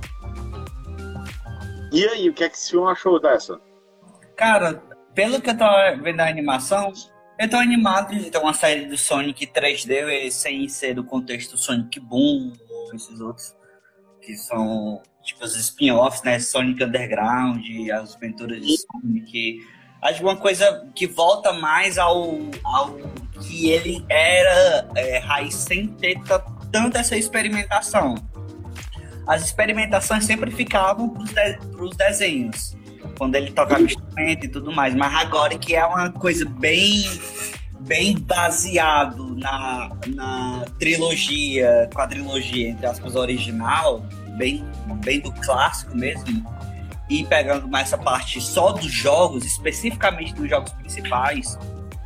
E aí, o que é que o senhor achou dessa? Cara, pelo que eu tô vendo a animação, eu tô animado de ter uma série do Sonic 3D sem ser do contexto Sonic Boom ou esses outros que são tipo os spin-offs, né? Sonic Underground, as aventuras de Sonic. Acho que uma coisa que volta mais ao que ele era raiz, sem ter tanta essa experimentação. As experimentações sempre ficavam pros desenhos, quando ele tocava instrumento e tudo mais, mas agora que é uma coisa bem baseado na quadrilogia, entre aspas, original, bem do clássico mesmo, e pegando mais essa parte só dos jogos, especificamente dos jogos principais,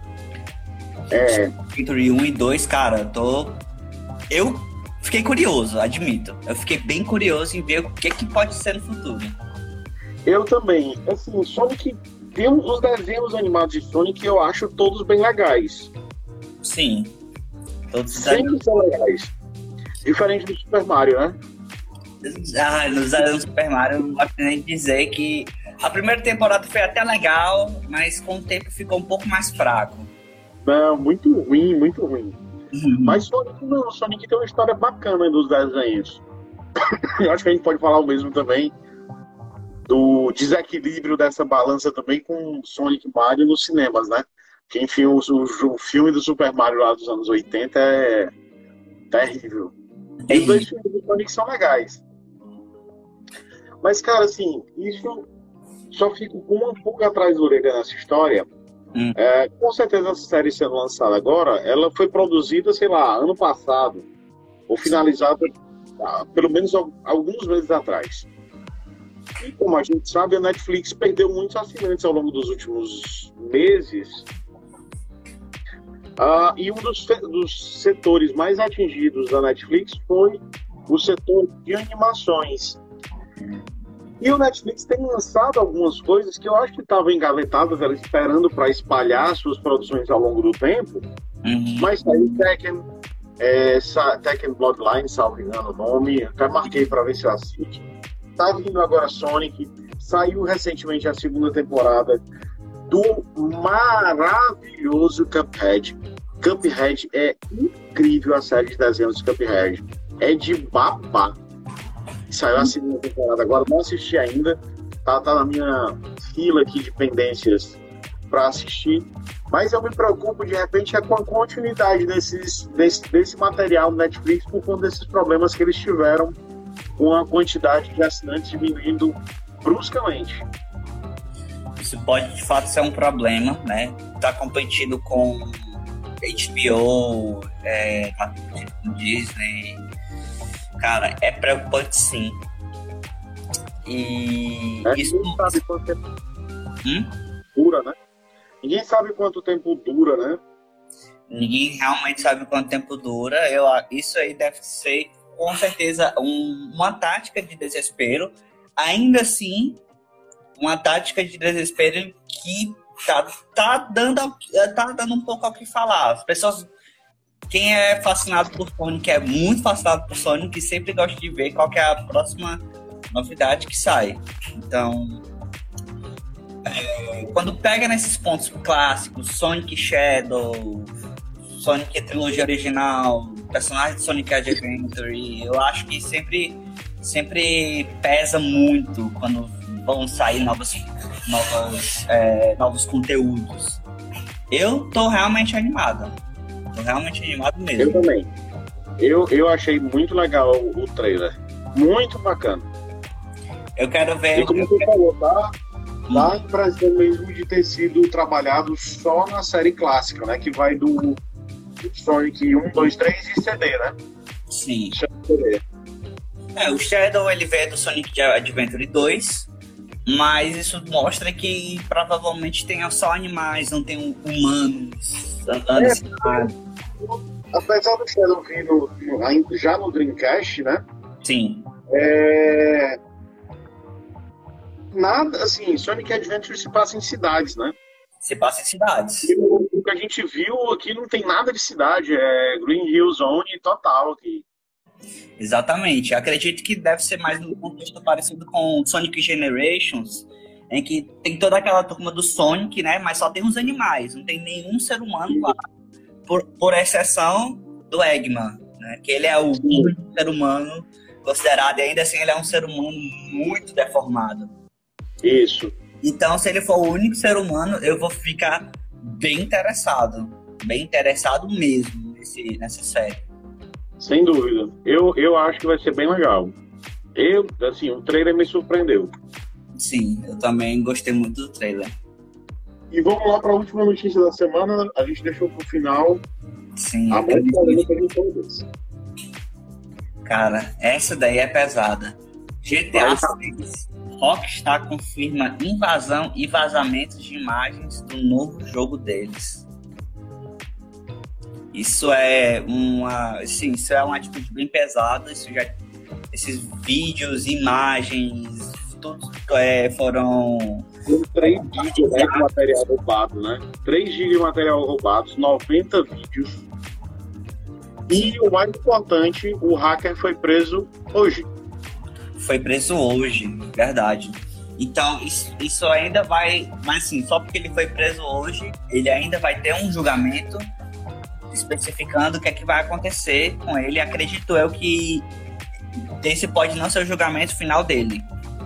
Victory 1 e 2, cara, eu fiquei curioso, admito. Eu fiquei bem curioso em ver o que pode ser no futuro. Eu também. Assim, Sonic, os desenhos animados de Sonic, eu acho todos bem legais. Sim. Todos sempre são legais. Diferente do Super Mario, né? Nos desenhos do Super Mario, não posso nem dizer que a primeira temporada foi até legal, mas com o tempo ficou um pouco mais fraco. Não, muito ruim, muito ruim. Mas Sonic não, Sonic tem uma história bacana dos desenhos. Eu acho que a gente pode falar o mesmo também do desequilíbrio dessa balança também com Sonic e Mario nos cinemas, né? Que, enfim, o filme do Super Mario lá dos anos 80 é terrível. E os 2 filmes do Sonic são legais. Mas, cara, assim, isso só fico com uma pulga atrás da orelha nessa história. Com certeza essa série sendo lançada agora, ela foi produzida, sei lá, ano passado, ou finalizada pelo menos alguns meses atrás. E como a gente sabe, a Netflix perdeu muitos assinantes ao longo dos últimos meses. E um dos setores mais atingidos da Netflix foi o setor de animações. E o Netflix tem lançado algumas coisas que eu acho que estavam engavetadas, ela esperando para espalhar suas produções ao longo do tempo. Mas saiu Tekken Bloodline, salvo engano o nome, até marquei para ver se eu assisto. Tá vindo agora Sonic, saiu recentemente a 2ª temporada do maravilhoso Cuphead. Cuphead é incrível, a série de desenhos de Cuphead. É de babá. Saiu a 2ª temporada agora, não assisti ainda. Tá na minha fila aqui de pendências para assistir. Mas eu me preocupo, de repente, com a continuidade desse material no Netflix por conta desses problemas que eles tiveram com a quantidade de assinantes diminuindo bruscamente. Isso pode, de fato, ser um problema, né? Tá competindo com HBO, Disney. Cara, é preocupante, sim. E isso... Ninguém sabe quanto tempo dura, né? Ninguém sabe quanto tempo dura, né? Ninguém realmente sabe quanto tempo dura. Isso aí deve ser, com certeza, uma tática de desespero. Ainda assim, uma tática de desespero que tá dando um pouco ao que falar. As pessoas, quem é fascinado por Sonic é muito fascinado por Sonic e sempre gosta de ver qual que é a próxima novidade que sai. Então, quando pega nesses pontos clássicos, Sonic Shadow, Sonic Trilogia original, personagem de Sonic Adventure, eu acho que sempre pesa muito quando vão sair novos conteúdos. Eu tô realmente animado. Tô realmente animado mesmo. Eu também. Eu achei muito legal o trailer. Muito bacana. Eu quero ver... E como você falou, dá a impressão mesmo de ter sido trabalhado só na série clássica, né? Que vai do Sonic 1, 2, 3 e CD, né? Sim. O Shadow, ele veio do Sonic Adventure 2, mas isso mostra que provavelmente tenha só animais, não tem humanos andando. Apesar do Shadow vir já no Dreamcast, né? Sim. Nada, assim, Sonic Adventure se passa em cidades, né? Se passa em cidades. E o que a gente viu aqui não tem nada de cidade, é Green Hill Zone total aqui. Exatamente. Acredito que deve ser mais um contexto parecido com Sonic Generations, em que tem toda aquela turma do Sonic, né? Mas só tem os animais, não tem nenhum ser humano lá. Por exceção do Eggman, né? Que ele é o único ser humano considerado, e ainda assim ele é um ser humano muito deformado. Isso. Então, se ele for o único ser humano, eu vou ficar bem interessado mesmo nessa série. Sem dúvida. Eu acho que vai ser bem legal. O trailer me surpreendeu. Sim, eu também gostei muito do trailer. E vamos lá para a última notícia da semana. A gente deixou pro final. Sim. A mais polêmica de todas. Cara, essa daí é pesada. GTA 6. Rockstar confirma invasão e vazamentos de imagens do novo jogo deles. Isso é uma atitude bem pesada. Esses vídeos, imagens, tudo foram... 3 GB de material roubado, né? 3 GB de material roubado, 90 vídeos. E o mais importante, o hacker foi preso hoje. Foi preso hoje, verdade. Então, isso ainda vai... Mas assim, só porque ele foi preso hoje, ele ainda vai ter um julgamento especificando o que é que vai acontecer com ele. Acredito eu que esse pode não ser o julgamento final dele.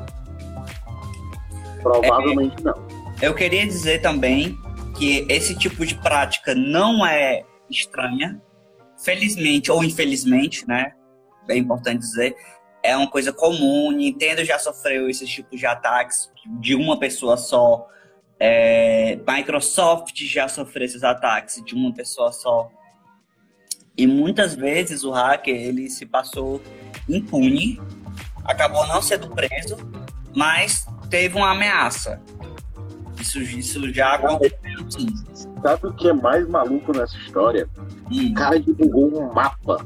Provavelmente não. Eu queria dizer também que esse tipo de prática não é estranha. Felizmente ou infelizmente, né? É importante dizer. É uma coisa comum. Nintendo já sofreu esses tipos de ataques de uma pessoa só. Microsoft já sofreu esses ataques de uma pessoa só. E muitas vezes o hacker ele se passou impune, acabou não sendo preso, mas teve uma ameaça. Isso já aconteceu. Sabe o que é mais maluco nessa história? O cara divulgou um mapa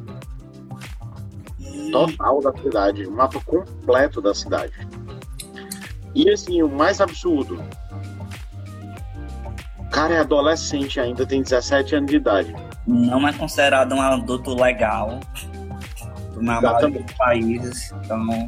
total da cidade, um mapa completo da cidade. E assim, o mais absurdo, o cara é adolescente ainda, tem 17 anos de idade. Não é considerado um adulto legal na maioria dos países. Então,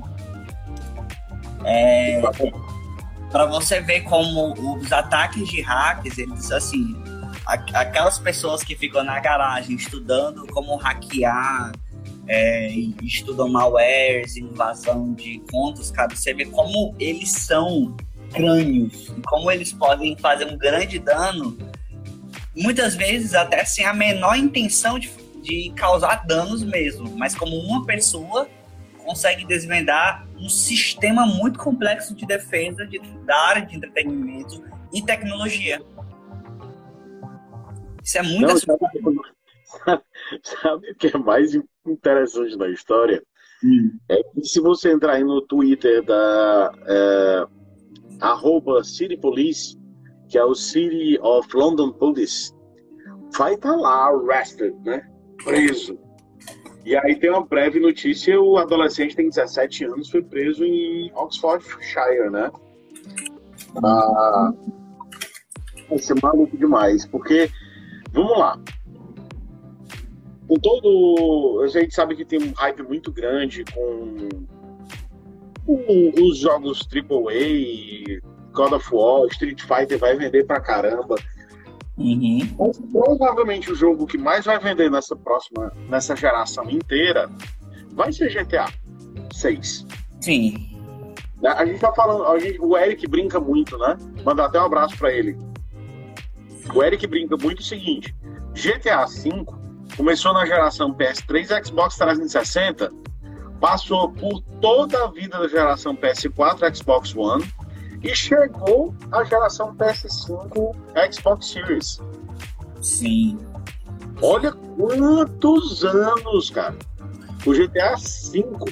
para você ver como os ataques de hackers, eles assim, aquelas pessoas que ficam na garagem estudando como hackear, estudam malwares, invasão de contas, cara, você vê como eles são crânios e como eles podem fazer um grande dano, muitas vezes até sem a menor intenção de causar danos mesmo, mas como uma pessoa consegue desvendar um sistema muito complexo de defesa da área de entretenimento e tecnologia. Isso é muito Sabe o que é mais interessante da história? É que se você entrar aí no Twitter da @CityPolice, que é o City of London Police, vai estar lá arrested, né? Preso. E aí tem uma breve notícia, o adolescente tem 17 anos, foi preso em Oxfordshire, né? vai ser maluco demais, porque, vamos lá, com todo, a gente sabe que tem um hype muito grande com os jogos AAA, God of War, Street Fighter vai vender pra caramba. Mas provavelmente o jogo que mais vai vender nessa geração inteira vai ser GTA 6. Sim. A gente tá falando, o Eric brinca muito, né? Mandar até um abraço pra ele. O Eric brinca muito o seguinte: GTA V começou na geração PS3 e Xbox 360, passou por toda a vida da geração PS4 e Xbox One e chegou à geração PS5 Xbox Series. Sim. Olha quantos anos, cara. O GTA V.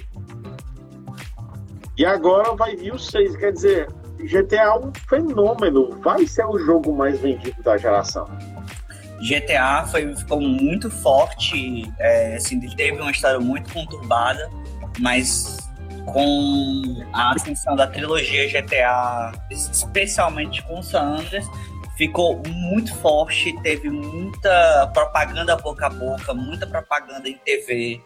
E agora vai vir o 6. Quer dizer, GTA é um fenômeno. Vai ser o jogo mais vendido da geração. GTA ficou muito forte. Assim, ele teve uma história muito conturbada, mas com a ascensão da trilogia GTA, especialmente com San Andreas, ficou muito forte. Teve muita propaganda boca a boca, muita propaganda em TV.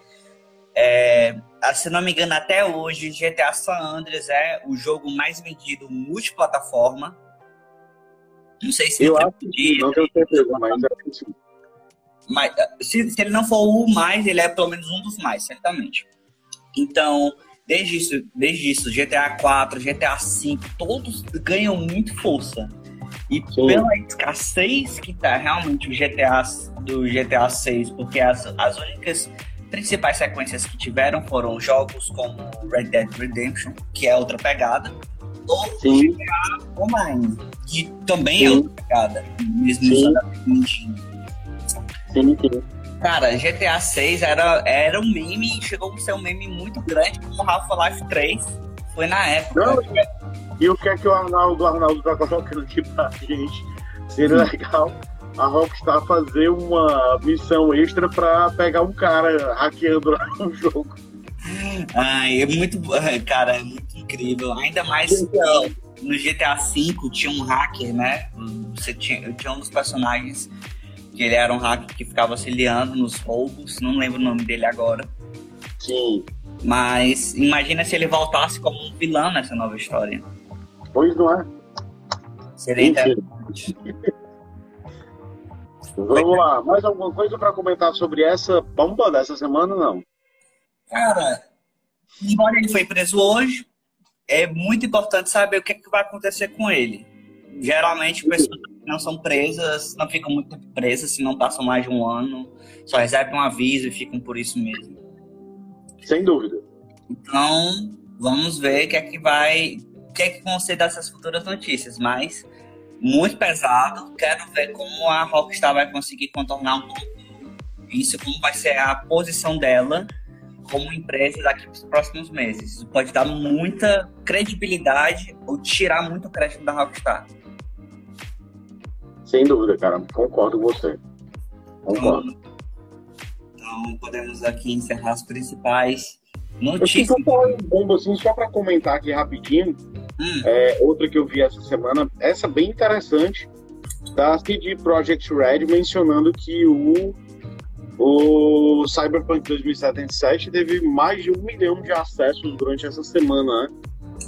Se não me engano, até hoje, GTA San Andreas é o jogo mais vendido multiplataforma. Não sei se eu acho que não tenho certeza, mas acho que sim. Mas se ele não for o mais, ele é pelo menos um dos mais, certamente. Então, desde isso, GTA 4, GTA 5, todos ganham muito força. E sim, pela escassez que tá realmente o GTA 6, porque as únicas principais sequências que tiveram foram jogos como Red Dead Redemption, que é outra pegada, ou sim, GTA Online, que também sim, é outra pegada, mesmo usando a engine. Sim, sim. Cara, GTA 6 era um meme, chegou a ser um meme muito grande, como Half-Life 3 foi na época. Não, e o que é que o Arnaldo tá colocando aqui pra gente? Seria legal a Rockstar fazer uma missão extra pra pegar um cara hackeando lá no jogo. É muito, cara, é muito incrível. Ainda mais que no GTA V tinha um hacker, né? Tinha um dos personagens que ele era um hacker que ficava auxiliando nos roubos. Não lembro o nome dele agora. Sim. Mas imagina se ele voltasse como um vilão nessa nova história. Pois não é? Seria interessante. Vamos lá, mais alguma coisa para comentar sobre essa bomba dessa semana, não? Cara, embora ele foi preso hoje, é muito importante saber o que vai acontecer com ele. Geralmente, pessoas que não são presas, não ficam muito tempo presas, se não passam mais de um ano, só recebem um aviso e ficam por isso mesmo. Sem dúvida. Então, vamos ver o que é que vão ser dessas futuras notícias, mas muito pesado. Quero ver como a Rockstar vai conseguir contornar um pouco isso, como vai ser a posição dela como empresa daqui para os próximos meses. Isso pode dar muita credibilidade ou tirar muito crédito da Rockstar. Sem dúvida, cara. Concordo com você. Concordo. Então, podemos aqui encerrar as principais notícias. Eu estou falando bomba, assim, só para comentar aqui rapidinho. Outra que eu vi essa semana, essa bem interessante, da CD Projekt Red, mencionando que o Cyberpunk 2077 teve mais de 1 milhão de acessos durante essa semana, né?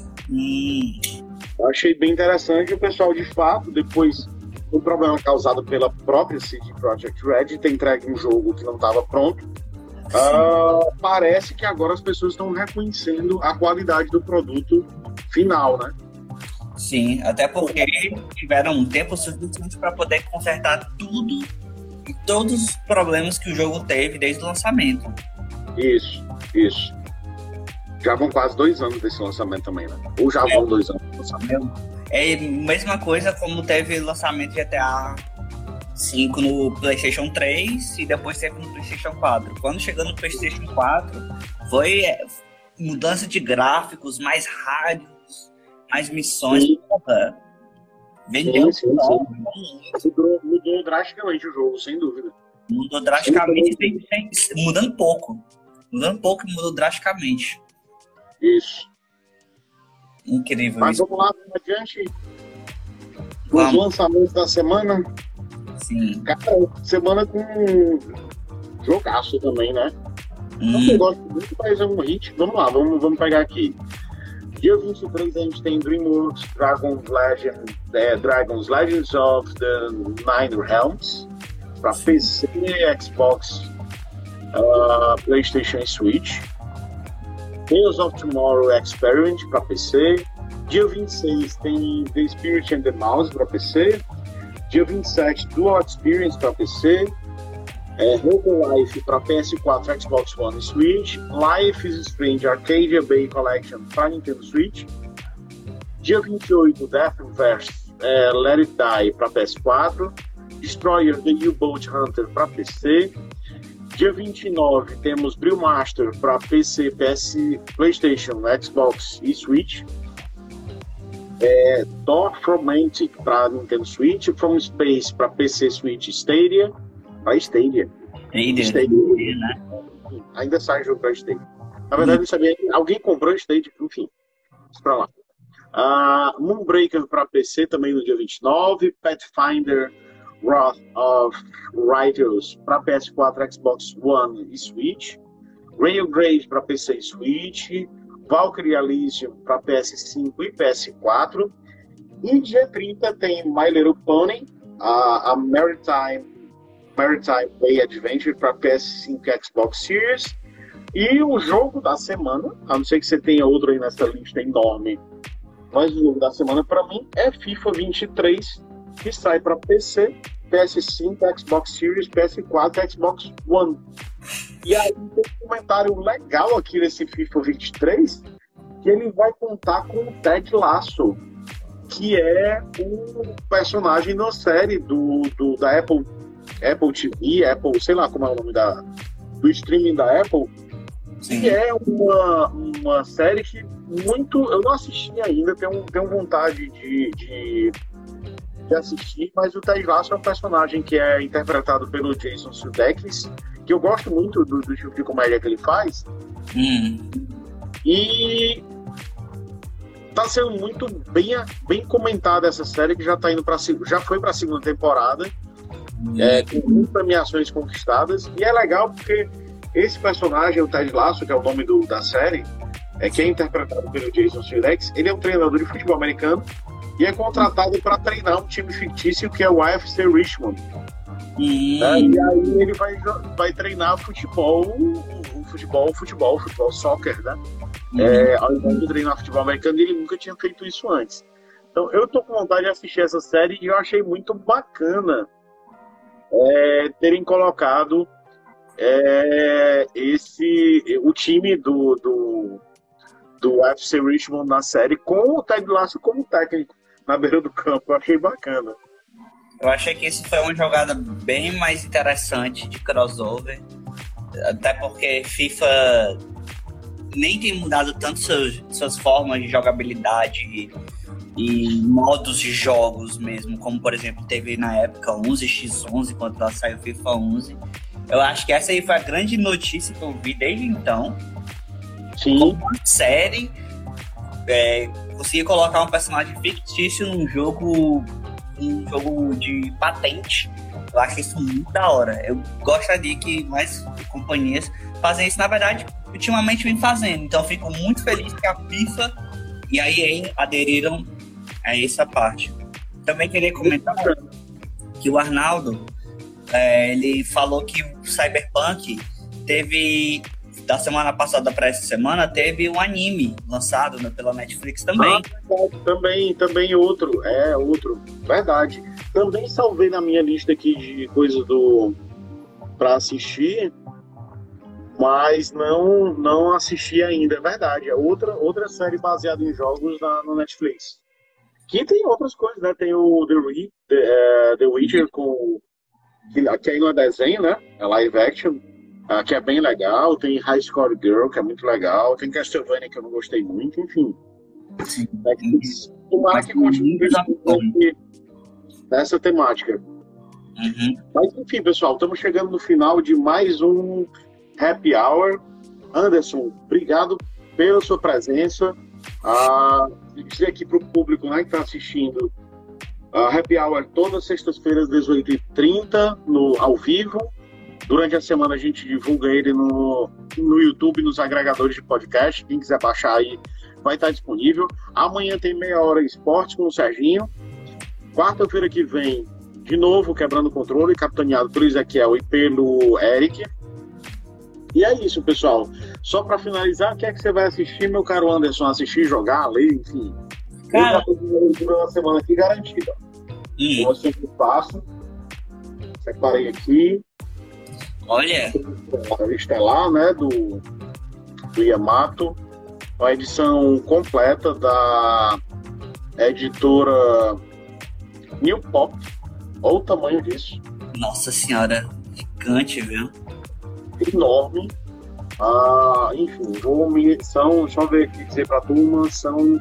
Eu achei bem interessante. O pessoal, de fato, depois do problema causado pela própria CD Projekt Red, ter entregue um jogo que não estava pronto, parece que agora as pessoas estão reconhecendo a qualidade do produto final, né? Sim, até porque tiveram um tempo suficiente para poder consertar tudo e todos os problemas que o jogo teve desde o lançamento. Isso. Já vão quase 2 anos desse lançamento também, né? Ou já vão 2 anos do lançamento. É a mesma coisa como teve o lançamento de GTA V no PlayStation 3 e depois teve no PlayStation 4. Quando chegou no PlayStation 4, foi mudança de gráficos, mais rádios, mais missões. Vendeu. Sim. Mudou drasticamente o jogo, sem dúvida. Mudou drasticamente, mudando pouco. Mudou drasticamente. Isso. Incrível. Mas isso. vamos lá, adiante. Os lançamentos da semana. Sim. Cara, semana com jogaço também, né? Eu gosto muito, mas é um hit. Vamos lá, vamos pegar aqui. Dia 23 a gente tem DreamWorks Dragon's Legends of the Nine Realms para PC, Xbox, PlayStation e Switch. Tales of Tomorrow Experiment para PC. Dia 26 tem The Spirit and the Mouse para PC. Dia 27, Dual Experience para PC. Rogue Life para PS4, Xbox One e Switch. Life is Strange Arcadia Bay Collection para Nintendo Switch. Dia 28, Deathverse Let It Die para PS4. Destroyer The U-Boat Hunter para PC. Dia 29, temos Brewmaster para PC, PlayStation, Xbox e Switch. Thor Romantic para Nintendo Switch. From Space para PC, Switch e Stadia. Para Stadia, né? Ainda sai jogo para Stadia. Na verdade, não sabia. Alguém comprou Stadia, enfim. Vamos para lá. Moonbreaker para PC também no dia 29. Pathfinder Wrath of Righteous para PS4, Xbox One e Switch. Railgrade para PC e Switch. Valkyrie Elysium para PS5 e PS4. E dia 30 tem My Little Pony, a Maritime Bay Adventure para PS5 e Xbox Series. E o jogo da semana, a não ser que você tenha outro aí nessa lista enorme, mas o jogo da semana para mim é FIFA 23, que sai para PC, PS5, Xbox Series, PS4 e Xbox One. E aí tem um comentário legal aqui nesse FIFA 23, que ele vai contar com o Ted Lasso, que é um personagem da série da Apple TV, Apple, sei lá como é o nome do streaming da Apple. Sim. Que é uma série que eu não assisti ainda, tenho vontade de assistir, mas o Ted Lasso é um personagem que é interpretado pelo Jason Sudeikis, que eu gosto muito do tipo de comédia que ele faz. E tá sendo muito bem comentada essa série, que já foi para a segunda temporada, com muitas premiações conquistadas. E é legal porque esse personagem, o Ted Lasso, que é o nome da série, que é interpretado pelo Jason Sudeikis, ele é um treinador de futebol americano e é contratado para treinar um time fictício que é o AFC Richmond. E aí ele vai treinar futebol, soccer, né? Ao invés de treinar futebol americano, ele nunca tinha feito isso antes. Então eu tô com vontade de assistir essa série e eu achei muito bacana terem colocado o time do FC Richmond na série, com o Ted Lasso como técnico na beira do campo. Eu achei bacana. Eu achei que isso foi uma jogada bem mais interessante de crossover, até porque FIFA nem tem mudado tanto suas formas de jogabilidade e modos de jogos mesmo, como por exemplo teve na época 11x11, quando ela saiu FIFA 11. Eu acho que essa aí foi a grande notícia que eu vi desde então. Sim. Como uma série conseguir colocar um personagem fictício num jogo de patente. Eu acho isso muito da hora. Eu gostaria que mais companhias fazem isso. Na verdade, ultimamente vem fazendo. Então, eu fico muito feliz que a FIFA e a EA aderiram a essa parte. Também queria comentar que o Arnaldo, ele falou que o Cyberpunk teve, da semana passada para essa semana, teve um anime lançado pela Netflix também. Também outro. Verdade. Também salvei na minha lista aqui de coisas para assistir, mas não assisti ainda. É verdade. É outra série baseada em jogos no Netflix. Que tem outras coisas, né? Tem o The Witcher, que aí não é desenho, né? É live action, que é bem legal. Tem High Score Girl, que é muito legal. Tem Castlevania, que eu não gostei muito. Enfim. Tomara que continue nessa temática. Mas enfim, pessoal, estamos chegando no final de mais um Happy Hour. Anderson, obrigado pela sua presença. Dizer aqui para o público, né, que está assistindo, A Happy Hour todas as sextas-feiras, 18h30, ao vivo. Durante a semana a gente divulga ele no YouTube, nos agregadores de podcast. Quem quiser baixar aí vai estar disponível. Amanhã tem meia hora esportes com o Serginho. Quarta-feira que vem, de novo, Quebrando o Controle, capitaneado pelo Ezequiel e pelo Eric. E é isso, pessoal. Só para finalizar, o que é que você vai assistir, meu caro Anderson? Assistir, jogar, ler, enfim. Cara, eu já tenho a leitura da semana aqui garantida. Como eu sempre faço. Separei aqui. Olha. A Estelar, né, do Yamato. A edição completa da editora New Pop. Olha o tamanho disso. Nossa senhora, gigante, viu? Enorme. Enfim, deixa eu ver aqui, dizer pra turma, são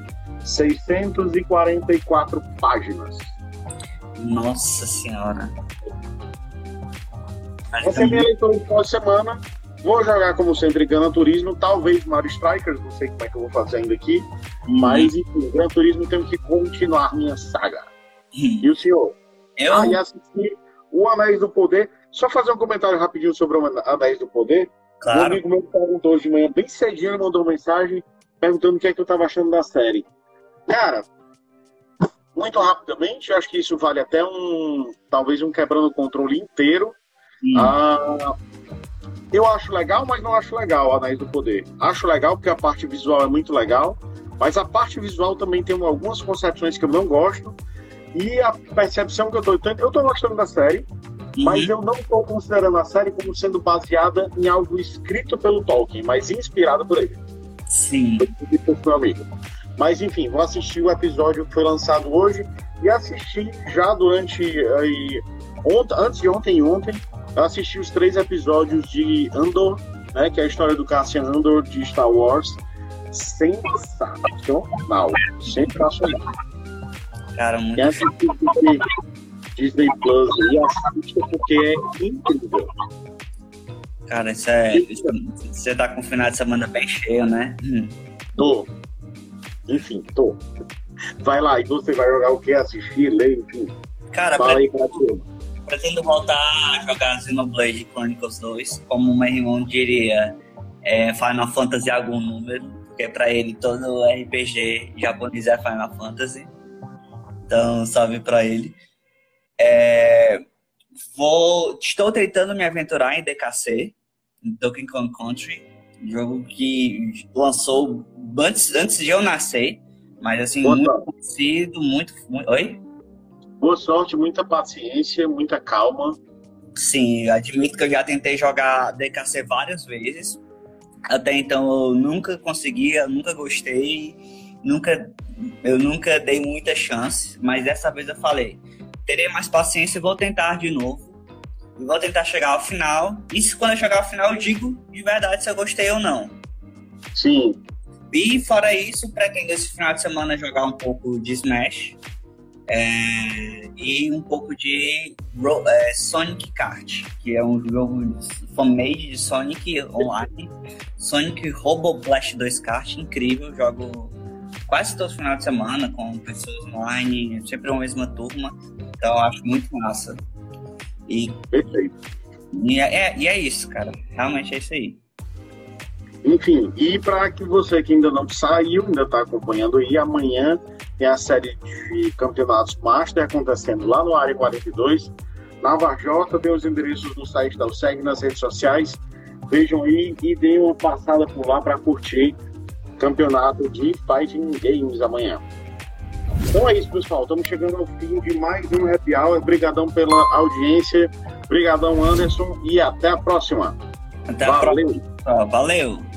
644 páginas. Nossa senhora. Essa é a minha leitura de final de semana. Vou jogar, como sempre, Gran Turismo, talvez Mario Strikers, não sei como é que eu vou fazer ainda aqui, mas, enfim, Gran Turismo tem que continuar minha saga. E o senhor? E assistir o Anéis do Poder. Só fazer um comentário rapidinho sobre o Anéis do Poder. Claro. Um amigo meu perguntou hoje de manhã, bem cedinho, ele mandou uma mensagem perguntando o que é que eu estava achando da série. Cara, muito rapidamente, eu acho que isso vale até talvez um Quebrando o Controle inteiro. Eu acho legal, mas não acho legal Anéis do Poder. Acho legal porque a parte visual é muito legal, mas a parte visual também tem algumas concepções que eu não gosto. E a percepção que eu tô gostando da série, mas eu não estou considerando a série como sendo baseada em algo escrito pelo Tolkien, mas inspirado por ele. Sim. Meu amigo. Mas enfim, vou assistir o episódio que foi lançado hoje e assisti já antes de ontem eu assisti os 3 episódios de Andor, né, que é a história do Cassian Andor de Star Wars. Sensacional. Cara, muito. Quem assistiu Disney Plus e assista porque é incrível. Cara, você tá com o final de semana bem cheio, né? Tô. Enfim, tô. Vai lá, e você vai jogar o que? Assistir, ler, enfim. Cara, fala aí pra turma. Pretendo voltar a jogar Xenoblade Chronicles 2, como o meu irmão diria, Final Fantasy algum número, porque pra ele todo RPG japonês é Final Fantasy. Então, salve pra ele. Estou tentando me aventurar em DKC, em Donkey Kong Country, jogo que lançou antes de eu nascer, mas assim, muito conhecido, muito... Oi? Boa sorte, muita paciência, muita calma. Sim, admito que eu já tentei jogar DKC várias vezes. Até então eu nunca conseguia, nunca gostei, eu nunca dei muita chance, mas dessa vez eu falei, terei mais paciência e vou tentar de novo. E vou tentar chegar ao final. E quando eu chegar ao final eu digo de verdade se eu gostei ou não. Sim. E fora isso, pretendo esse final de semana jogar um pouco de Smash. E um pouco de Sonic Kart, que é um jogo fan-made de Sonic online. Sonic Robo Blast 2 Kart, incrível. Jogo quase todo final de semana com pessoas online, sempre a mesma turma. Então eu acho muito massa. Perfeito. E é isso, cara. Realmente é isso aí. Enfim, e para que você que ainda não saiu, ainda está acompanhando aí, amanhã tem a série de campeonatos Master acontecendo lá no Área 42, na Varjota. Tem os endereços do site da USEG nas redes sociais. Vejam aí e deem uma passada por lá para curtir o campeonato de Fighting Games amanhã. Então é isso, pessoal. Estamos chegando ao fim de mais um Happy Hour. Obrigadão pela audiência. Obrigadão, Anderson. E até a próxima. Até a próxima. Valeu.